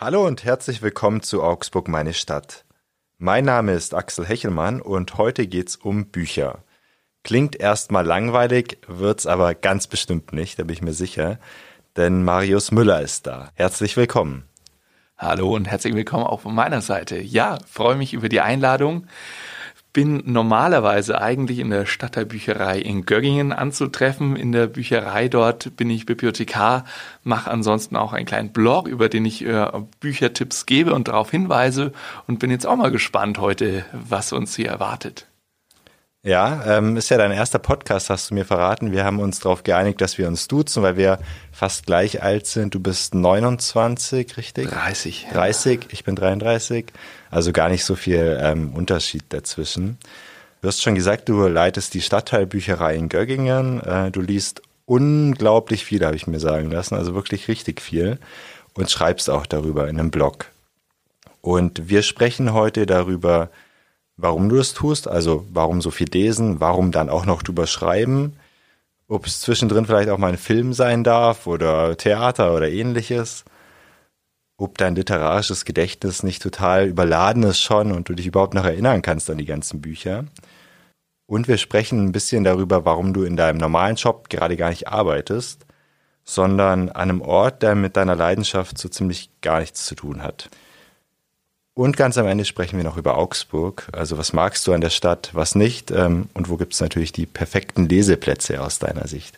Hallo und herzlich willkommen zu Augsburg, meine Stadt. Mein Name ist Axel Hechelmann und heute geht's um Bücher. Klingt erstmal langweilig, wird's aber ganz bestimmt nicht, da bin ich mir sicher, denn Marius Müller ist da. Herzlich willkommen. Hallo und herzlich willkommen auch von meiner Seite. Ja, freue mich über die Einladung. Bin normalerweise eigentlich in der Stadtteilbücherei in Göggingen anzutreffen. In der Bücherei dort bin ich Bibliothekar, mache ansonsten auch einen kleinen Blog, über den ich Büchertipps gebe und darauf hinweise und bin jetzt auch mal gespannt heute, was uns hier erwartet. Ja, ist ja dein erster Podcast, hast du mir verraten. Wir haben uns darauf geeinigt, dass wir uns duzen, weil wir fast gleich alt sind. Du bist 29, richtig? 30. 30, ich bin 33. Also gar nicht so viel Unterschied dazwischen. Du hast schon gesagt, du leitest die Stadtteilbücherei in Göggingen. Du liest unglaublich viel, habe ich mir sagen lassen. Also wirklich richtig viel. Und schreibst auch darüber in einem Blog. Und wir sprechen heute darüber, warum du es tust, also warum so viel lesen, warum dann auch noch drüber schreiben, ob es zwischendrin vielleicht auch mal ein Film sein darf oder Theater oder ähnliches, ob dein literarisches Gedächtnis nicht total überladen ist schon und du dich überhaupt noch erinnern kannst an die ganzen Bücher. Und wir sprechen ein bisschen darüber, warum du in deinem normalen Job gerade gar nicht arbeitest, sondern an einem Ort, der mit deiner Leidenschaft so ziemlich gar nichts zu tun hat. Und ganz am Ende sprechen wir noch über Augsburg. Also was magst du an der Stadt, was nicht? Und wo gibt es natürlich die perfekten Leseplätze aus deiner Sicht?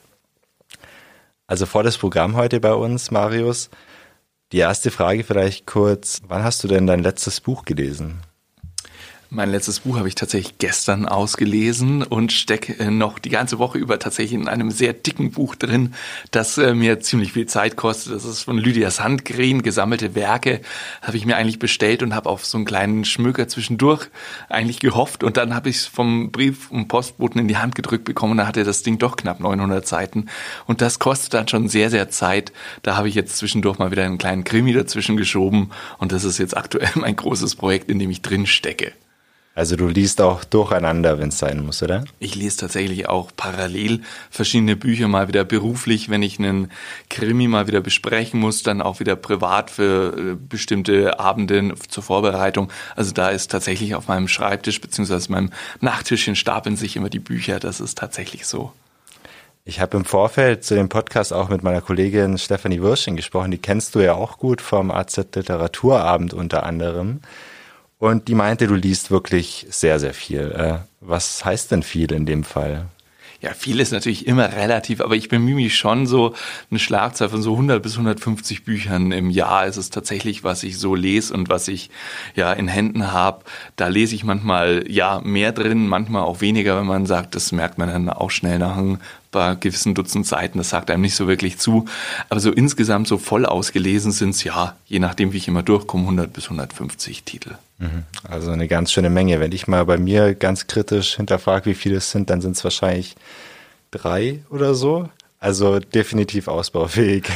Also vor das Programm heute bei uns, Marius. Die erste Frage vielleicht kurz. Wann hast du denn dein letztes Buch gelesen? Mein letztes Buch habe ich tatsächlich gestern ausgelesen und stecke noch die ganze Woche über tatsächlich in einem sehr dicken Buch drin, das mir ziemlich viel Zeit kostet. Das ist von Lydia Sandgren, gesammelte Werke, habe ich mir eigentlich bestellt und habe auf so einen kleinen Schmöker zwischendurch eigentlich gehofft. Und dann habe ich es vom Brief- und Postboten in die Hand gedrückt bekommen und da hatte das Ding doch knapp 900 Seiten. Und das kostet dann schon sehr, sehr Zeit. Da habe ich jetzt zwischendurch mal wieder einen kleinen Krimi dazwischen geschoben und das ist jetzt aktuell mein großes Projekt, in dem ich drin stecke. Also du liest auch durcheinander, wenn es sein muss, oder? Ich lese tatsächlich auch parallel verschiedene Bücher, mal wieder beruflich, wenn ich einen Krimi mal wieder besprechen muss, dann auch wieder privat für bestimmte Abende zur Vorbereitung. Also da ist tatsächlich auf meinem Schreibtisch bzw. meinem Nachttischchen stapeln sich immer die Bücher, das ist tatsächlich so. Ich habe im Vorfeld zu dem Podcast auch mit meiner Kollegin Stefanie Wirsching gesprochen, die kennst du ja auch gut vom AZ Literaturabend unter anderem. Und die meinte, du liest wirklich sehr, sehr viel. Was heißt denn viel in dem Fall? Ja, viel ist natürlich immer relativ, aber ich bemühe mich schon, so eine Schlagzahl von so 100 bis 150 Büchern im Jahr ist es tatsächlich, was ich so lese und was ich ja in Händen habe. Da lese ich manchmal ja mehr drin, manchmal auch weniger, wenn man sagt, das merkt man dann auch schnell nach ein paar gewissen Dutzend Seiten, das sagt einem nicht so wirklich zu. Aber so insgesamt so voll ausgelesen sind es ja, je nachdem wie ich immer durchkomme, 100 bis 150 Titel. Also eine ganz schöne Menge. Wenn ich mal bei mir ganz kritisch hinterfrage, wie viele es sind, dann sind es wahrscheinlich 3 oder so. Also definitiv ausbaufähig.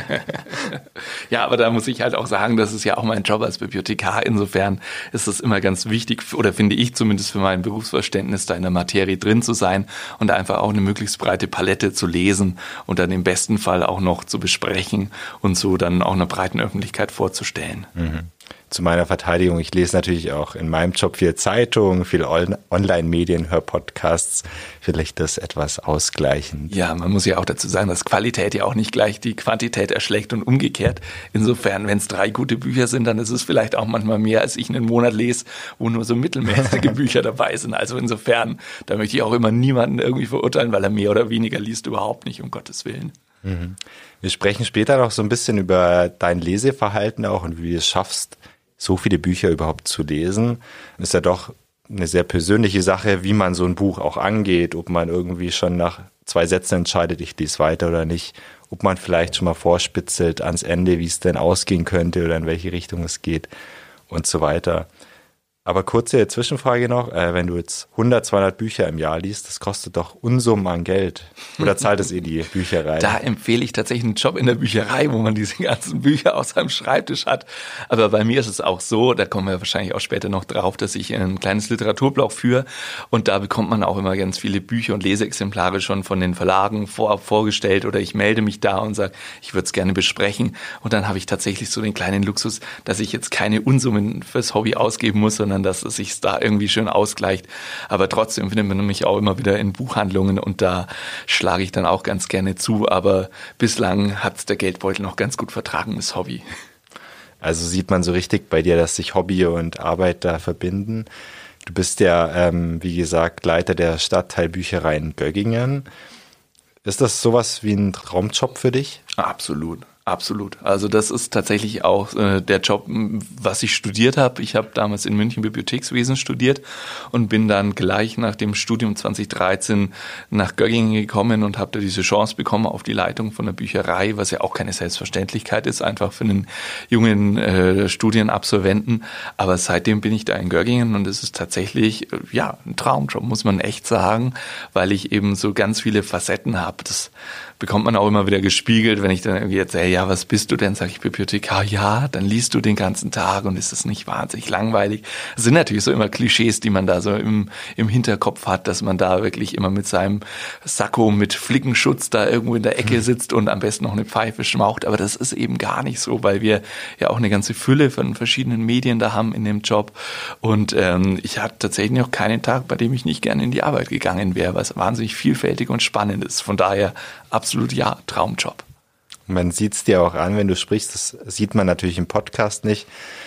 Ja, aber da muss ich halt auch sagen, das ist ja auch mein Job als Bibliothekar. Insofern ist es immer ganz wichtig, oder finde ich zumindest für mein Berufsverständnis, da in der Materie drin zu sein und einfach auch eine möglichst breite Palette zu lesen und dann im besten Fall auch noch zu besprechen und so dann auch einer breiten Öffentlichkeit vorzustellen. Zu meiner Verteidigung, ich lese natürlich auch in meinem Job viel Zeitungen, viel Online-Medien, höre Podcasts, vielleicht das etwas ausgleichen. Ja, man muss ja auch dazu sagen, dass Qualität ja auch nicht gleich die Quantität erschlägt und umgekehrt. Insofern, wenn es 3 gute Bücher sind, dann ist es vielleicht auch manchmal mehr, als ich einen Monat lese, wo nur so mittelmäßige Bücher dabei sind. Also insofern, da möchte ich auch immer niemanden irgendwie verurteilen, weil er mehr oder weniger liest, überhaupt nicht, um Gottes Willen. Wir sprechen später noch so ein bisschen über dein Leseverhalten auch und wie du es schaffst, so viele Bücher überhaupt zu lesen. Das ist ja doch eine sehr persönliche Sache, wie man so ein Buch auch angeht, ob man irgendwie schon nach 2 Sätzen entscheidet, ich lese weiter oder nicht, ob man vielleicht schon mal vorspitzelt ans Ende, wie es denn ausgehen könnte oder in welche Richtung es geht und so weiter. Aber kurze Zwischenfrage noch, wenn du jetzt 100, 200 Bücher im Jahr liest, das kostet doch Unsummen an Geld. Oder zahlt es die Bücherei? Da empfehle ich tatsächlich einen Job in der Bücherei, wo man diese ganzen Bücher auf seinem Schreibtisch hat. Aber bei mir ist es auch so, da kommen wir wahrscheinlich auch später noch drauf, dass ich ein kleines Literaturblog führe und da bekommt man auch immer ganz viele Bücher und Leseexemplare schon von den Verlagen vorgestellt oder ich melde mich da und sage, ich würde es gerne besprechen und dann habe ich tatsächlich so den kleinen Luxus, dass ich jetzt keine Unsummen fürs Hobby ausgeben muss, sondern dass es sich da irgendwie schön ausgleicht. Aber trotzdem findet man mich auch immer wieder in Buchhandlungen und da schlage ich dann auch ganz gerne zu. Aber bislang hat der Geldbeutel noch ganz gut vertragen, das Hobby. Also sieht man so richtig bei dir, dass sich Hobby und Arbeit da verbinden. Du bist ja, wie gesagt, Leiter der Stadtteilbücherei in Göggingen. Ist das sowas wie ein Traumjob für dich? Absolut. Absolut. Also das ist tatsächlich auch der Job, was ich studiert habe. Ich habe damals in München Bibliothekswesen studiert und bin dann gleich nach dem Studium 2013 nach Göggingen gekommen und habe da diese Chance bekommen auf die Leitung von der Bücherei, was ja auch keine Selbstverständlichkeit ist, einfach für einen jungen Studienabsolventen. Aber seitdem bin ich da in Göggingen und es ist tatsächlich ein Traumjob, muss man echt sagen, weil ich eben so ganz viele Facetten habe. Das bekommt man auch immer wieder gespiegelt, wenn ich dann irgendwie erzähle, ja, was bist du denn? Sag ich Bibliothekar, ja, dann liest du den ganzen Tag und ist das nicht wahnsinnig langweilig? Das sind natürlich so immer Klischees, die man da so im Hinterkopf hat, dass man da wirklich immer mit seinem Sakko mit Flickenschutz da irgendwo in der Ecke sitzt und am besten noch eine Pfeife schmaucht. Aber das ist eben gar nicht so, weil wir ja auch eine ganze Fülle von verschiedenen Medien da haben in dem Job. Und ich hatte tatsächlich noch keinen Tag, bei dem ich nicht gerne in die Arbeit gegangen wäre, weil es wahnsinnig vielfältig und spannend ist. Von daher absolut ja, Traumjob. Man sieht es dir auch an, wenn du sprichst. Das sieht man natürlich im Podcast nicht.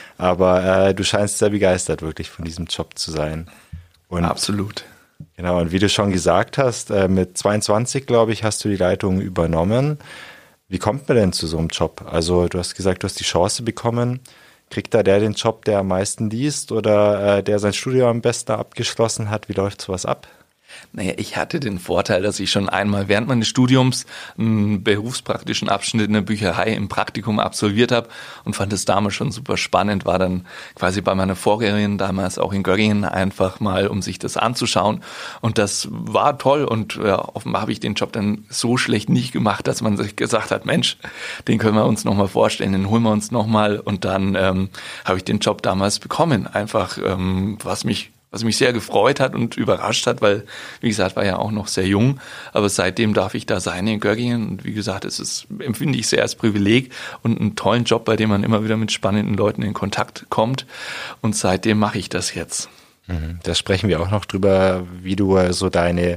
Aber du scheinst sehr begeistert wirklich von diesem Job zu sein. Und absolut. Genau, und wie du schon gesagt hast, mit 22, glaube ich, hast du die Leitung übernommen. Wie kommt man denn zu so einem Job? Also du hast gesagt, du hast die Chance bekommen. Kriegt da der den Job, der am meisten liest oder der sein Studium am besten abgeschlossen hat? Wie läuft sowas ab? Naja, ich hatte den Vorteil, dass ich schon einmal während meines Studiums einen berufspraktischen Abschnitt in der Bücherei im Praktikum absolviert habe und fand es damals schon super spannend, war dann quasi bei meiner Vorgängerin damals auch in Göggingen einfach mal, um sich das anzuschauen und das war toll und offenbar habe ich den Job dann so schlecht nicht gemacht, dass man sich gesagt hat, Mensch, den können wir uns nochmal vorstellen, den holen wir uns nochmal und dann habe ich den Job damals bekommen, einfach was mich sehr gefreut hat und überrascht hat, weil, wie gesagt, war ja auch noch sehr jung. Aber seitdem darf ich da sein in Göggingen. Und wie gesagt, empfinde ich sehr als Privileg und einen tollen Job, bei dem man immer wieder mit spannenden Leuten in Kontakt kommt. Und seitdem mache ich das jetzt. Da sprechen wir auch noch drüber, wie du so deine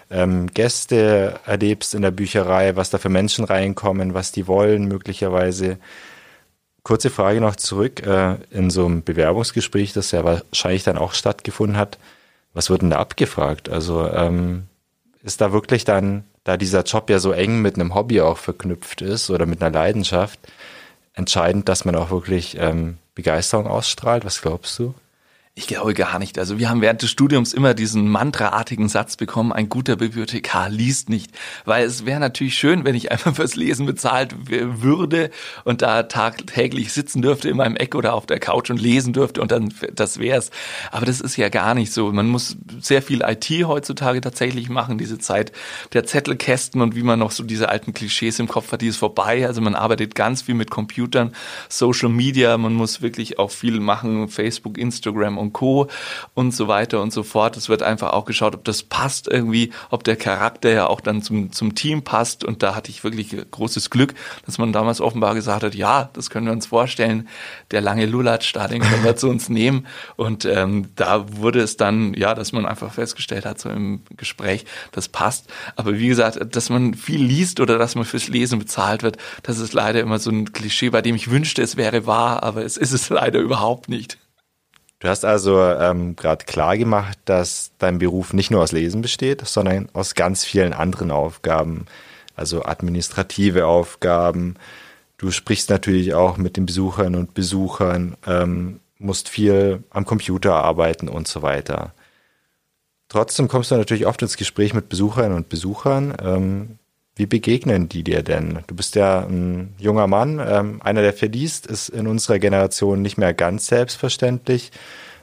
Gäste erlebst in der Bücherei, was da für Menschen reinkommen, was die wollen möglicherweise. Kurze Frage noch zurück, in so einem Bewerbungsgespräch, das ja wahrscheinlich dann auch stattgefunden hat, was wird denn da abgefragt? Also ist da wirklich dann, da dieser Job ja so eng mit einem Hobby auch verknüpft ist oder mit einer Leidenschaft, entscheidend, dass man auch wirklich Begeisterung ausstrahlt? Was glaubst du? Ich glaube gar nicht. Also wir haben während des Studiums immer diesen mantraartigen Satz bekommen, ein guter Bibliothekar liest nicht. Weil es wäre natürlich schön, wenn ich einfach fürs Lesen bezahlt würde und da tagtäglich sitzen dürfte in meinem Eck oder auf der Couch und lesen dürfte und dann das wär's. Aber das ist ja gar nicht so. Man muss sehr viel IT heutzutage tatsächlich machen. Diese Zeit der Zettelkästen und wie man noch so diese alten Klischees im Kopf hat, die ist vorbei. Also man arbeitet ganz viel mit Computern, Social Media. Man muss wirklich auch viel machen, Facebook, Instagram und Co. und so weiter und so fort. Es wird einfach auch geschaut, ob das passt irgendwie, ob der Charakter ja auch dann zum Team passt. Und da hatte ich wirklich großes Glück, dass man damals offenbar gesagt hat, ja, das können wir uns vorstellen. Der lange Lulatsch, da den können wir zu uns nehmen. Und da wurde es dann, ja, dass man einfach festgestellt hat, so im Gespräch, das passt. Aber wie gesagt, dass man viel liest oder dass man fürs Lesen bezahlt wird, das ist leider immer so ein Klischee, bei dem ich wünschte, es wäre wahr, aber es ist es leider überhaupt nicht. Du hast also gerade klar gemacht, dass dein Beruf nicht nur aus Lesen besteht, sondern aus ganz vielen anderen Aufgaben, also administrative Aufgaben. Du sprichst natürlich auch mit den Besuchern und Besuchern, musst viel am Computer arbeiten und so weiter. Trotzdem kommst du natürlich oft ins Gespräch mit Besucherinnen und Besuchern. Wie begegnen die dir denn? Du bist ja ein junger Mann, einer, der verliest, ist in unserer Generation nicht mehr ganz selbstverständlich.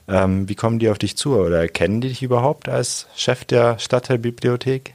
Wie kommen die auf dich zu oder kennen die dich überhaupt als Chef der Stadtteilbibliothek?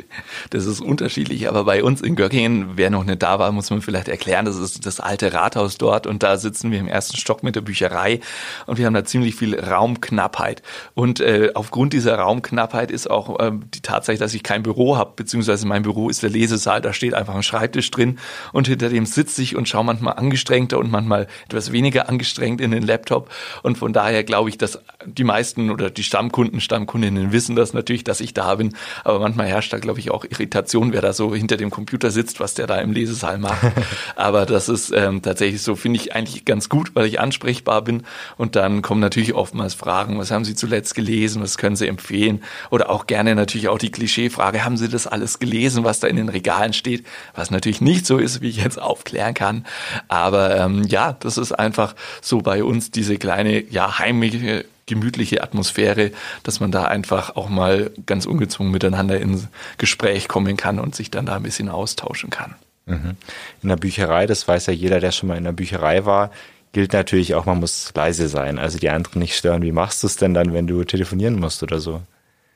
Das ist unterschiedlich, aber bei uns in Göttingen, wer noch nicht da war, muss man vielleicht erklären, das ist das alte Rathaus dort und da sitzen wir im ersten Stock mit der Bücherei und wir haben da ziemlich viel Raumknappheit. Und aufgrund dieser Raumknappheit ist auch die Tatsache, dass ich kein Büro habe, beziehungsweise mein Büro ist der Lesesaal, da steht einfach ein Schreibtisch drin und hinter dem sitze ich und schaue manchmal angestrengter und manchmal etwas weniger angestrengt in den Laptop und von daher glaube ich, dass die meisten oder die Stammkundinnen wissen das natürlich, dass ich da bin, aber manchmal herrscht da, glaube ich, auch Irritation, wer da so hinter dem Computer sitzt, was der da im Lesesaal macht. Aber das ist tatsächlich so, finde ich eigentlich ganz gut, weil ich ansprechbar bin und dann kommen natürlich oftmals Fragen, was haben Sie zuletzt gelesen, was können Sie empfehlen oder auch gerne natürlich auch die Klischeefrage, haben Sie das alles gelesen, was da in den Regalen steht, was natürlich nicht so ist, wie ich jetzt aufklären kann, aber ja, das ist einfach so bei uns diese kleine, ja, heimliche, gemütliche Atmosphäre, dass man da einfach auch mal ganz ungezwungen miteinander ins Gespräch kommen kann und sich dann da ein bisschen austauschen kann. In der Bücherei, das weiß ja jeder, der schon mal in der Bücherei war, gilt natürlich auch, man muss leise sein, also die anderen nicht stören. Wie machst du es denn dann, wenn du telefonieren musst oder so?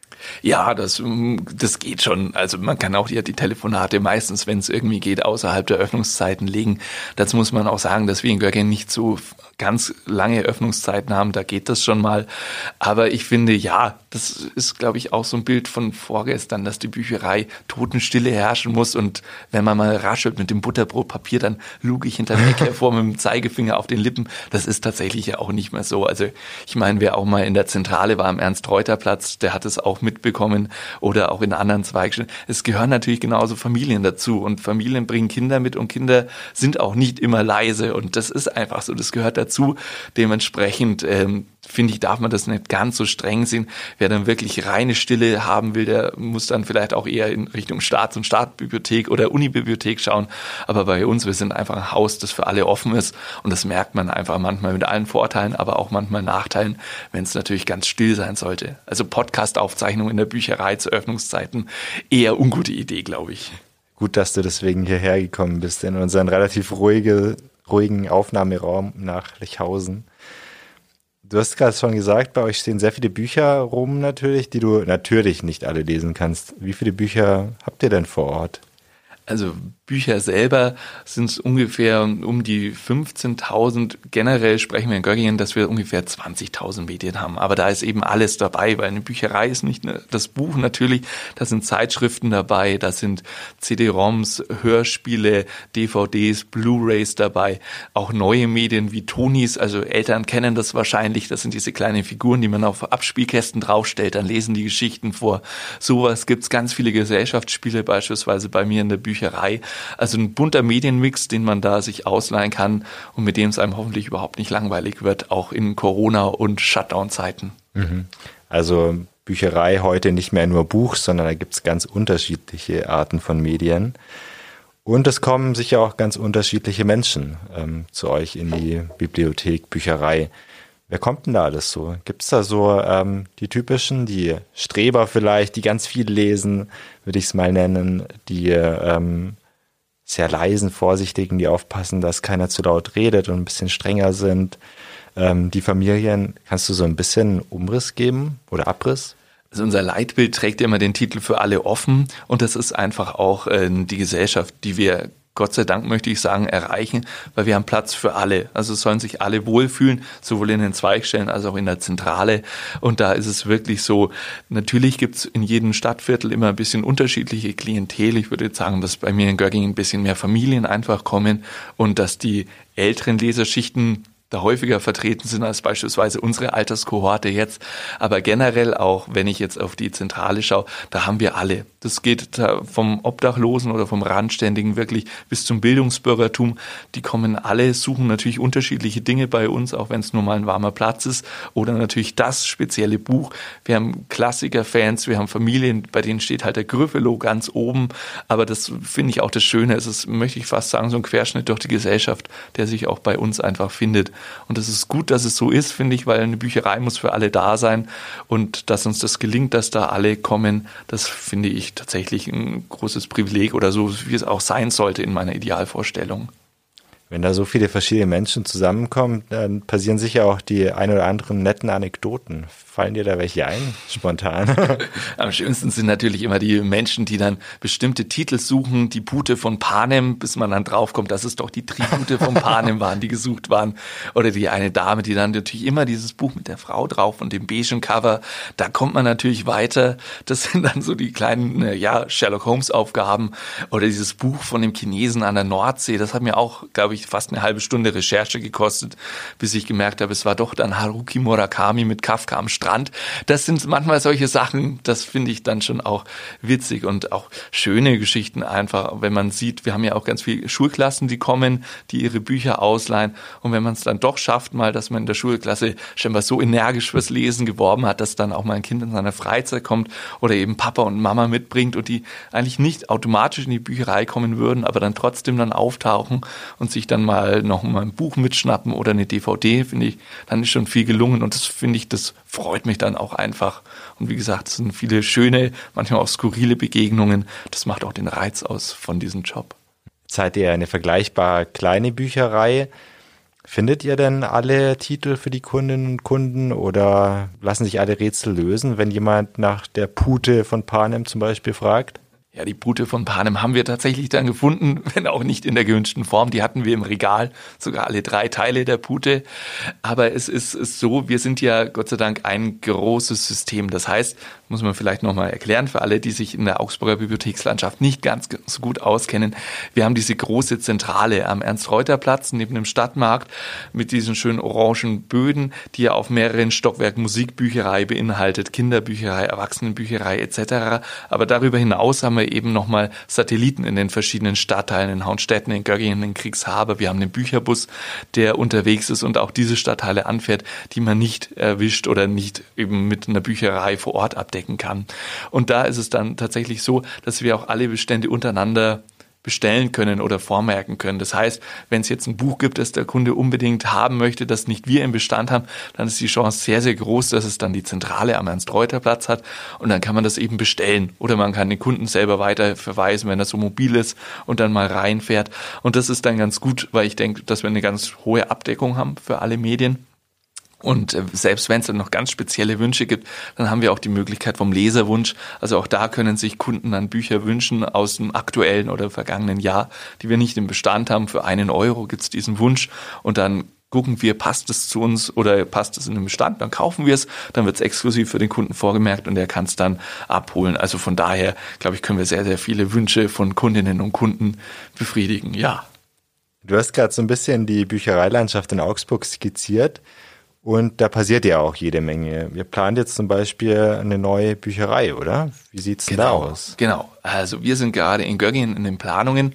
Ja, das geht schon. Also man kann auch die Telefonate meistens, wenn es irgendwie geht, außerhalb der Öffnungszeiten legen. Dazu muss man auch sagen, dass wir in Göttingen nicht so ganz lange Öffnungszeiten haben, da geht das schon mal. Aber ich finde, ja, das ist, glaube ich, auch so ein Bild von vorgestern, dass die Bücherei Totenstille herrschen muss und wenn man mal raschelt mit dem Butterbrotpapier, dann luge ich hinter der Ecke hervor mit dem Zeigefinger auf den Lippen. Das ist tatsächlich ja auch nicht mehr so. Also ich meine, wer auch mal in der Zentrale war am Ernst-Reuter-Platz, der hat es auch mitbekommen oder auch in anderen Zweigstellen. Es gehören natürlich genauso Familien dazu und Familien bringen Kinder mit und Kinder sind auch nicht immer leise und das ist einfach so, das gehört dazu. Dementsprechend finde ich, darf man das nicht ganz so streng sehen. Wer dann wirklich reine Stille haben will, der muss dann vielleicht auch eher in Richtung Staats- und Staatsbibliothek oder Unibibliothek schauen. Aber bei uns, wir sind einfach ein Haus, das für alle offen ist und das merkt man einfach manchmal mit allen Vorteilen, aber auch manchmal Nachteilen, wenn es natürlich ganz still sein sollte. Also Podcast-Aufzeichnung in der Bücherei zu Öffnungszeiten, eher ungute Idee, glaube ich. Gut, dass du deswegen hierher gekommen bist, in unseren relativ ruhigen Aufnahmeraum nach Lechhausen. Du hast gerade schon gesagt, bei euch stehen sehr viele Bücher rum natürlich, die du natürlich nicht alle lesen kannst. Wie viele Bücher habt ihr denn vor Ort? Also Bücher selber sind es ungefähr um die 15.000. Generell sprechen wir in Göttingen, dass wir ungefähr 20.000 Medien haben. Aber da ist eben alles dabei, weil eine Bücherei ist nicht nur das Buch natürlich, da sind Zeitschriften dabei, da sind CD-ROMs, Hörspiele, DVDs, Blu-rays dabei, auch neue Medien wie Tonis, also Eltern kennen das wahrscheinlich, das sind diese kleinen Figuren, die man auf Abspielkästen draufstellt, dann lesen die Geschichten vor. Sowas gibt's, ganz viele Gesellschaftsspiele beispielsweise bei mir in der Bücherei. Also ein bunter Medienmix, den man da sich ausleihen kann und mit dem es einem hoffentlich überhaupt nicht langweilig wird, auch in Corona- und Shutdown-Zeiten. Also Bücherei heute nicht mehr nur Buch, sondern da gibt es ganz unterschiedliche Arten von Medien. Und es kommen sicher auch ganz unterschiedliche Menschen zu euch in die Bibliothek, Bücherei. Wer kommt denn da alles so? Gibt es da so die typischen, die Streber vielleicht, die ganz viel lesen, würde ich es mal nennen, die sehr leisen, vorsichtigen, die aufpassen, dass keiner zu laut redet und ein bisschen strenger sind. Die Familien, kannst du so ein bisschen Umriss geben oder Abriss? Also unser Leitbild trägt ja immer den Titel für alle offen und das ist einfach auch die Gesellschaft, die wir Gott sei Dank, möchte ich sagen, erreichen, weil wir haben Platz für alle. Also es sollen sich alle wohlfühlen, sowohl in den Zweigstellen als auch in der Zentrale. Und da ist es wirklich so, natürlich gibt es in jedem Stadtviertel immer ein bisschen unterschiedliche Klientel. Ich würde jetzt sagen, dass bei mir in Göttingen ein bisschen mehr Familien einfach kommen und dass die älteren Leserschichten da häufiger vertreten sind als beispielsweise unsere Alterskohorte jetzt. Aber generell auch, wenn ich jetzt auf die Zentrale schaue, da haben wir alle. Das geht vom Obdachlosen oder vom Randständigen wirklich bis zum Bildungsbürgertum. Die kommen alle, suchen natürlich unterschiedliche Dinge bei uns, auch wenn es nur mal ein warmer Platz ist. Oder natürlich das spezielle Buch. Wir haben Klassiker-Fans, wir haben Familien, bei denen steht halt der Gryffalo ganz oben. Aber das finde ich auch das Schöne. Es ist, möchte ich fast sagen, so ein Querschnitt durch die Gesellschaft, der sich auch bei uns einfach findet. Und es ist gut, dass es so ist, finde ich, weil eine Bücherei muss für alle da sein. Und dass uns das gelingt, dass da alle kommen, das finde ich tatsächlich ein großes Privileg oder so, wie es auch sein sollte in meiner Idealvorstellung. Wenn da so viele verschiedene Menschen zusammenkommen, dann passieren sicher auch die ein oder anderen netten Anekdoten. Fallen dir da welche ein, spontan? Am schönsten sind natürlich immer die Menschen, die dann bestimmte Titel suchen, die Pute von Panem, bis man dann draufkommt, dass es doch die Tribute von Panem waren, die gesucht waren. Oder die eine Dame, die dann natürlich immer dieses Buch mit der Frau drauf und dem beigen Cover, da kommt man natürlich weiter. Das sind dann so die kleinen, Sherlock Holmes Aufgaben. Oder dieses Buch von dem Chinesen an der Nordsee, das hat mir auch, glaube ich, fast eine halbe Stunde Recherche gekostet, bis ich gemerkt habe, es war doch dann Haruki Murakami mit Kafka am Strand. Das sind manchmal solche Sachen, das finde ich dann schon auch witzig und auch schöne Geschichten einfach, wenn man sieht, wir haben ja auch ganz viele Schulklassen, die kommen, die ihre Bücher ausleihen, und wenn man es dann doch schafft mal, dass man in der Schulklasse scheinbar so energisch fürs Lesen geworben hat, dass dann auch mal ein Kind in seiner Freizeit kommt oder eben Papa und Mama mitbringt und die eigentlich nicht automatisch in die Bücherei kommen würden, aber dann trotzdem dann auftauchen und sich dann mal noch mal ein Buch mitschnappen oder eine DVD, finde ich, dann ist schon viel gelungen, und das finde ich, das freut mich dann auch einfach. Und wie gesagt, es sind viele schöne, manchmal auch skurrile Begegnungen. Das macht auch den Reiz aus von diesem Job. Seid ihr eine vergleichbar kleine Bücherei? Findet ihr denn alle Titel für die Kundinnen und Kunden oder lassen sich alle Rätsel lösen, wenn jemand nach der Pute von Panem zum Beispiel fragt? Ja, die Pute von Panem haben wir tatsächlich dann gefunden, wenn auch nicht in der gewünschten Form. Die hatten wir im Regal, sogar alle 3 Teile der Pute. Aber es ist so, wir sind ja Gott sei Dank ein großes System. Das heißt, muss man vielleicht nochmal erklären für alle, die sich in der Augsburger Bibliothekslandschaft nicht ganz so gut auskennen. Wir haben diese große Zentrale am Ernst-Reuter-Platz neben dem Stadtmarkt mit diesen schönen orangen Böden, die ja auf mehreren Stockwerken Musikbücherei beinhaltet, Kinderbücherei, Erwachsenenbücherei etc. Aber darüber hinaus haben wir eben nochmal Satelliten in den verschiedenen Stadtteilen, in Hauenstetten, in Göggingen, in Kriegshaber. Wir haben den Bücherbus, der unterwegs ist und auch diese Stadtteile anfährt, die man nicht erwischt oder nicht eben mit einer Bücherei vor Ort abdecken kann. Und da ist es dann tatsächlich so, dass wir auch alle Bestände untereinander bestellen können oder vormerken können. Das heißt, wenn es jetzt ein Buch gibt, das der Kunde unbedingt haben möchte, das nicht wir im Bestand haben, dann ist die Chance sehr, sehr groß, dass es dann die Zentrale am Ernst-Reuter-Platz hat, und dann kann man das eben bestellen. Oder man kann den Kunden selber weiter verweisen, wenn er so mobil ist und dann mal reinfährt. Und das ist dann ganz gut, weil ich denke, dass wir eine ganz hohe Abdeckung haben für alle Medien. Und selbst wenn es dann noch ganz spezielle Wünsche gibt, dann haben wir auch die Möglichkeit vom Leserwunsch. Also auch da können sich Kunden dann Bücher wünschen aus dem aktuellen oder vergangenen Jahr, die wir nicht im Bestand haben. Für 1 Euro gibt es diesen Wunsch, und dann gucken wir, passt es zu uns oder passt es in den Bestand, dann kaufen wir es, dann wird es exklusiv für den Kunden vorgemerkt und er kann es dann abholen. Also von daher, glaube ich, können wir sehr, sehr viele Wünsche von Kundinnen und Kunden befriedigen, ja. Du hast gerade so ein bisschen die Büchereilandschaft in Augsburg skizziert. Und da passiert ja auch jede Menge. Wir planen jetzt zum Beispiel eine neue Bücherei, oder? Wie sieht's denn da aus? Genau. Also wir sind gerade in Göggingen in den Planungen.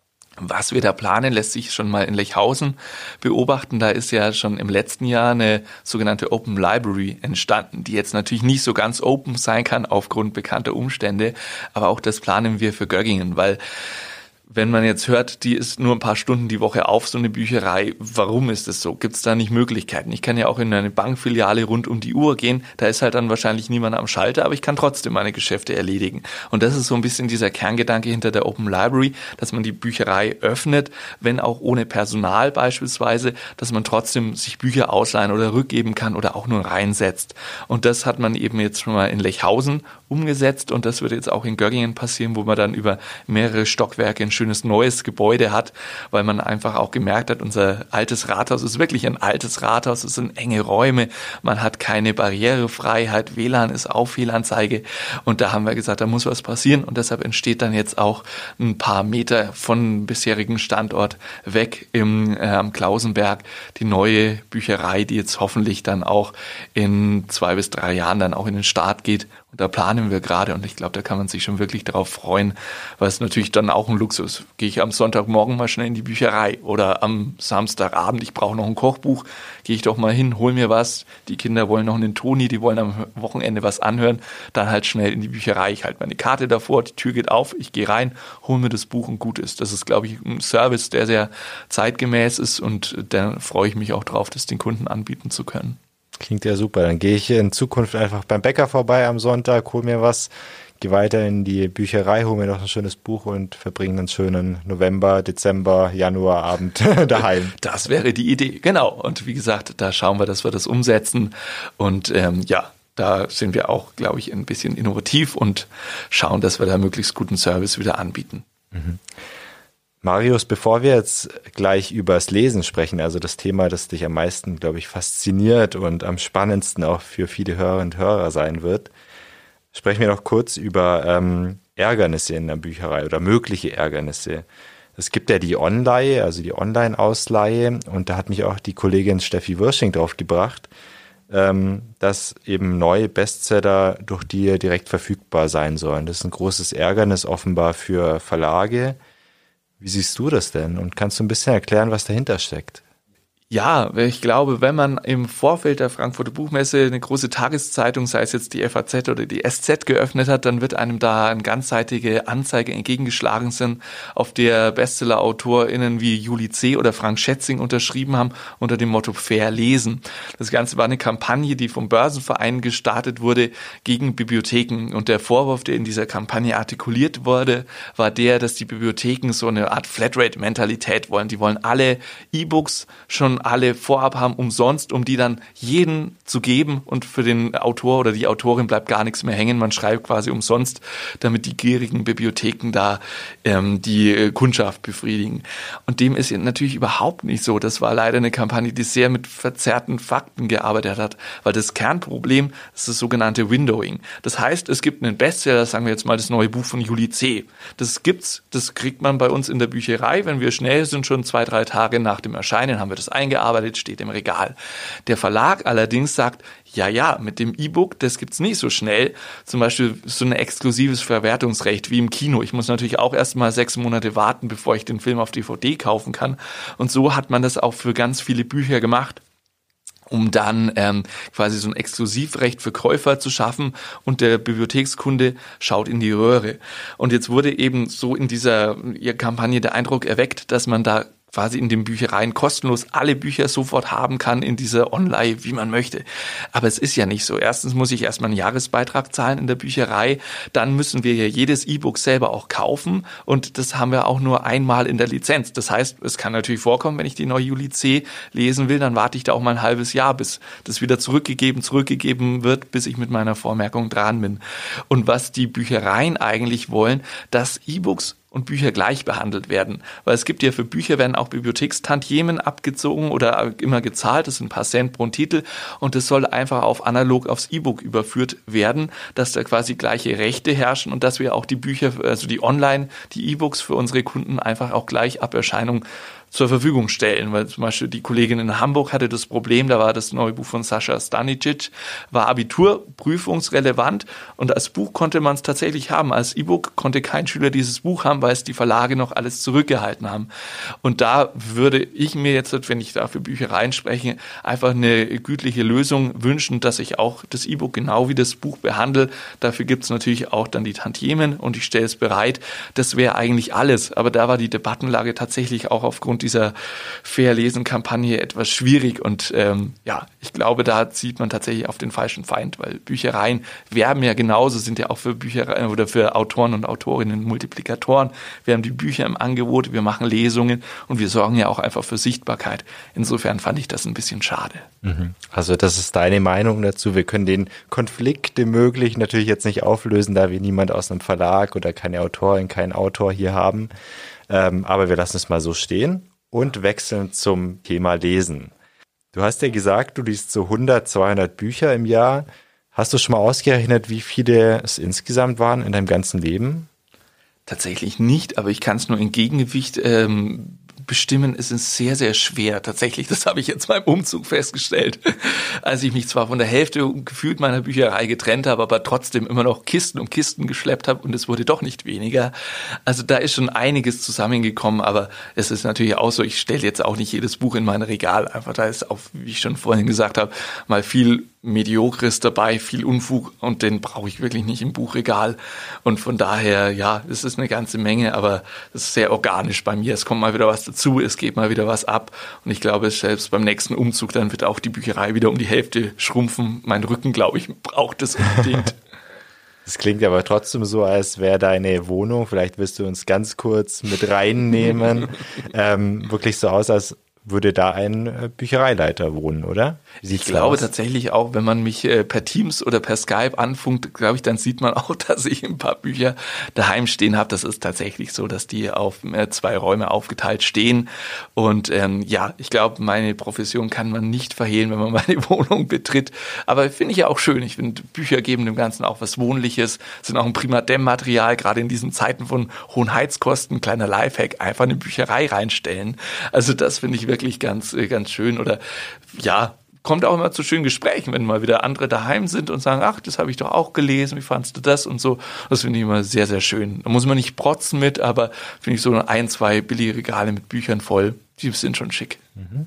Was wir da planen, lässt sich schon mal in Lechhausen beobachten. Da ist ja schon im letzten Jahr eine sogenannte Open Library entstanden, die jetzt natürlich nicht so ganz open sein kann aufgrund bekannter Umstände. Aber auch das planen wir für Göggingen, weil wenn man jetzt hört, die ist nur ein paar Stunden die Woche auf, so eine Bücherei, warum ist das so? Gibt es da nicht Möglichkeiten? Ich kann ja auch in eine Bankfiliale rund um die Uhr gehen, da ist halt dann wahrscheinlich niemand am Schalter, aber ich kann trotzdem meine Geschäfte erledigen. Und das ist so ein bisschen dieser Kerngedanke hinter der Open Library, dass man die Bücherei öffnet, wenn auch ohne Personal beispielsweise, dass man trotzdem sich Bücher ausleihen oder rückgeben kann oder auch nur reinsetzt. Und das hat man eben jetzt schon mal in Lechhausen umgesetzt, und das wird jetzt auch in Göggingen passieren, wo man dann über mehrere Stockwerke ein schönes neues Gebäude hat, weil man einfach auch gemerkt hat, unser altes Rathaus ist wirklich ein altes Rathaus, es sind enge Räume, man hat keine Barrierefreiheit, WLAN ist auf Fehlanzeige, und da haben wir gesagt, da muss was passieren, und deshalb entsteht dann jetzt auch ein paar Meter von bisherigen Standort weg am Klausenberg die neue Bücherei, die jetzt hoffentlich dann auch in 2 bis 3 Jahren dann auch in den Start geht. Und da planen wir gerade, und ich glaube, da kann man sich schon wirklich darauf freuen, weil es natürlich dann auch ein Luxus. Gehe ich am Sonntagmorgen mal schnell in die Bücherei oder am Samstagabend, ich brauche noch ein Kochbuch, gehe ich doch mal hin, hol mir was. Die Kinder wollen noch einen Toni, die wollen am Wochenende was anhören, dann halt schnell in die Bücherei. Ich halte meine Karte davor, die Tür geht auf, ich gehe rein, hol mir das Buch und gut ist. Das ist, glaube ich, ein Service, der sehr zeitgemäß ist, und da freue ich mich auch drauf, das den Kunden anbieten zu können. Klingt ja super. Dann gehe ich in Zukunft einfach beim Bäcker vorbei am Sonntag, hol mir was, gehe weiter in die Bücherei, hole mir noch ein schönes Buch und verbringe einen schönen November, Dezember, Januarabend daheim. Das wäre die Idee, genau. Und wie gesagt, da schauen wir, dass wir das umsetzen. Und da sind wir auch, glaube ich, ein bisschen innovativ und schauen, dass wir da möglichst guten Service wieder anbieten. Mhm. Marius, bevor wir jetzt gleich übers Lesen sprechen, also das Thema, das dich am meisten, glaube ich, fasziniert und am spannendsten auch für viele Hörerinnen und Hörer sein wird, sprechen wir noch kurz über Ärgernisse in der Bücherei oder mögliche Ärgernisse. Es gibt ja die Online, also die Online-Ausleihe, und da hat mich auch die Kollegin Steffi Wirsching drauf gebracht, dass eben neue Bestseller durch die direkt verfügbar sein sollen. Das ist ein großes Ärgernis offenbar für Verlage. Wie siehst du das denn? Und kannst du ein bisschen erklären, was dahinter steckt? Ja, ich glaube, wenn man im Vorfeld der Frankfurter Buchmesse eine große Tageszeitung, sei es jetzt die FAZ oder die SZ, geöffnet hat, dann wird einem da eine ganzseitige Anzeige entgegengeschlagen sind, auf der Bestseller-AutorInnen wie Juli C. oder Frank Schätzing unterschrieben haben unter dem Motto Fair lesen. Das Ganze war eine Kampagne, die vom Börsenverein gestartet wurde gegen Bibliotheken. Und der Vorwurf, der in dieser Kampagne artikuliert wurde, war der, dass die Bibliotheken so eine Art Flatrate-Mentalität wollen. Die wollen alle E-Books schon alle vorab haben, umsonst, um die dann jeden zu geben, und für den Autor oder die Autorin bleibt gar nichts mehr hängen. Man schreibt quasi umsonst, damit die gierigen Bibliotheken da die Kundschaft befriedigen. Und dem ist natürlich überhaupt nicht so. Das war leider eine Kampagne, die sehr mit verzerrten Fakten gearbeitet hat, weil das Kernproblem ist das sogenannte Windowing. Das heißt, es gibt einen Bestseller, sagen wir jetzt mal das neue Buch von Juli C. Das kriegt man bei uns in der Bücherei, wenn wir schnell sind, schon 2-3 Tage nach dem Erscheinen haben wir das eingearbeitet, steht im Regal. Der Verlag allerdings sagt, ja, mit dem E-Book, das gibt's nicht so schnell. Zum Beispiel so ein exklusives Verwertungsrecht wie im Kino. Ich muss natürlich auch erst mal 6 Monate warten, bevor ich den Film auf DVD kaufen kann. Und so hat man das auch für ganz viele Bücher gemacht, um dann quasi so ein Exklusivrecht für Käufer zu schaffen, und der Bibliothekskunde schaut in die Röhre. Und jetzt wurde eben so in dieser Kampagne der Eindruck erweckt, dass man da quasi in den Büchereien kostenlos alle Bücher sofort haben kann in dieser Online, wie man möchte. Aber es ist ja nicht so. Erstens muss ich erstmal einen Jahresbeitrag zahlen in der Bücherei. Dann müssen wir ja jedes E-Book selber auch kaufen. Und das haben wir auch nur einmal in der Lizenz. Das heißt, es kann natürlich vorkommen, wenn ich die neue Juli C. lesen will, dann warte ich da auch mal ein halbes Jahr, bis das wieder zurückgegeben wird, bis ich mit meiner Vormerkung dran bin. Und was die Büchereien eigentlich wollen, dass E-Books und Bücher gleich behandelt werden. Weil es gibt ja für Bücher, werden auch Bibliothekstantiemen abgezogen oder immer gezahlt, das sind ein paar Cent pro Titel, und das soll einfach analog aufs E-Book überführt werden, dass da quasi gleiche Rechte herrschen und dass wir auch die Bücher, also die E-Books für unsere Kunden einfach auch gleich ab Erscheinung zur Verfügung stellen, weil zum Beispiel die Kollegin in Hamburg hatte das Problem, da war das neue Buch von Sascha Stanicic, war abiturprüfungsrelevant, und als Buch konnte man es tatsächlich haben. Als E-Book konnte kein Schüler dieses Buch haben, weil es die Verlage noch alles zurückgehalten haben. Und da würde ich mir jetzt, wenn ich da für Büchereien spreche, einfach eine gütliche Lösung wünschen, dass ich auch das E-Book genau wie das Buch behandle. Dafür gibt es natürlich auch dann die Tantiemen, und ich stelle es bereit. Das wäre eigentlich alles. Aber da war die Debattenlage tatsächlich auch aufgrund dieser Fair-Lesen-Kampagne etwas schwierig, und ich glaube, da zieht man tatsächlich auf den falschen Feind, weil Büchereien werben ja genauso, sind ja auch für Büchereien oder für Autoren und Autorinnen Multiplikatoren. Wir haben die Bücher im Angebot, wir machen Lesungen, und wir sorgen ja auch einfach für Sichtbarkeit. Insofern fand ich das ein bisschen schade. Also das ist deine Meinung dazu. Wir können den Konflikt im Möglichen natürlich jetzt nicht auflösen, da wir niemand aus einem Verlag oder keine Autorin, keinen Autor hier haben. Aber wir lassen es mal so stehen und wechseln zum Thema Lesen. Du hast ja gesagt, du liest so 100, 200 Bücher im Jahr. Hast du schon mal ausgerechnet, wie viele es insgesamt waren in deinem ganzen Leben? Tatsächlich nicht, aber ich kann es nur in Gegengewicht bestimmen. Es ist sehr, sehr schwer. Tatsächlich, das habe ich jetzt beim Umzug festgestellt. Als ich mich zwar von der Hälfte gefühlt meiner Bücherei getrennt habe, aber trotzdem immer noch Kisten um Kisten geschleppt habe, und es wurde doch nicht weniger. Also da ist schon einiges zusammengekommen, aber es ist natürlich auch so, ich stelle jetzt auch nicht jedes Buch in mein Regal. Einfach da ist auch, wie ich schon vorhin gesagt habe, mal viel Mediokres dabei, viel Unfug, und den brauche ich wirklich nicht im Buchregal. Und von daher, ja, es ist eine ganze Menge, aber es ist sehr organisch bei mir. Es kommt mal wieder was dazu, es geht mal wieder was ab, und ich glaube, selbst beim nächsten Umzug, dann wird auch die Bücherei wieder um die Hälfte schrumpfen. Mein Rücken, glaube ich, braucht es unbedingt. Das klingt aber trotzdem so, als wäre deine Wohnung, vielleicht wirst du uns ganz kurz mit reinnehmen, wirklich so aus, als würde da ein Büchereileiter wohnen, oder? Ich glaube tatsächlich auch, wenn man mich per Teams oder per Skype anfunkt, glaube ich, dann sieht man auch, dass ich ein paar Bücher daheim stehen habe. Das ist tatsächlich so, dass die auf 2 Räume aufgeteilt stehen. Und ich glaube, meine Profession kann man nicht verhehlen, wenn man meine Wohnung betritt. Aber finde ich ja auch schön. Ich finde, Bücher geben dem Ganzen auch was Wohnliches, sind auch ein prima Dämmmaterial, gerade in diesen Zeiten von hohen Heizkosten, kleiner Lifehack, einfach eine Bücherei reinstellen. Also das finde ich wirklich ganz, ganz schön. Oder ja, kommt auch immer zu schönen Gesprächen, wenn mal wieder andere daheim sind und sagen, ach, das habe ich doch auch gelesen, wie fandst du das und so. Das finde ich immer sehr, sehr schön. Da muss man nicht protzen mit, aber finde ich so 1, 2 billige Regale mit Büchern voll, die sind schon schick.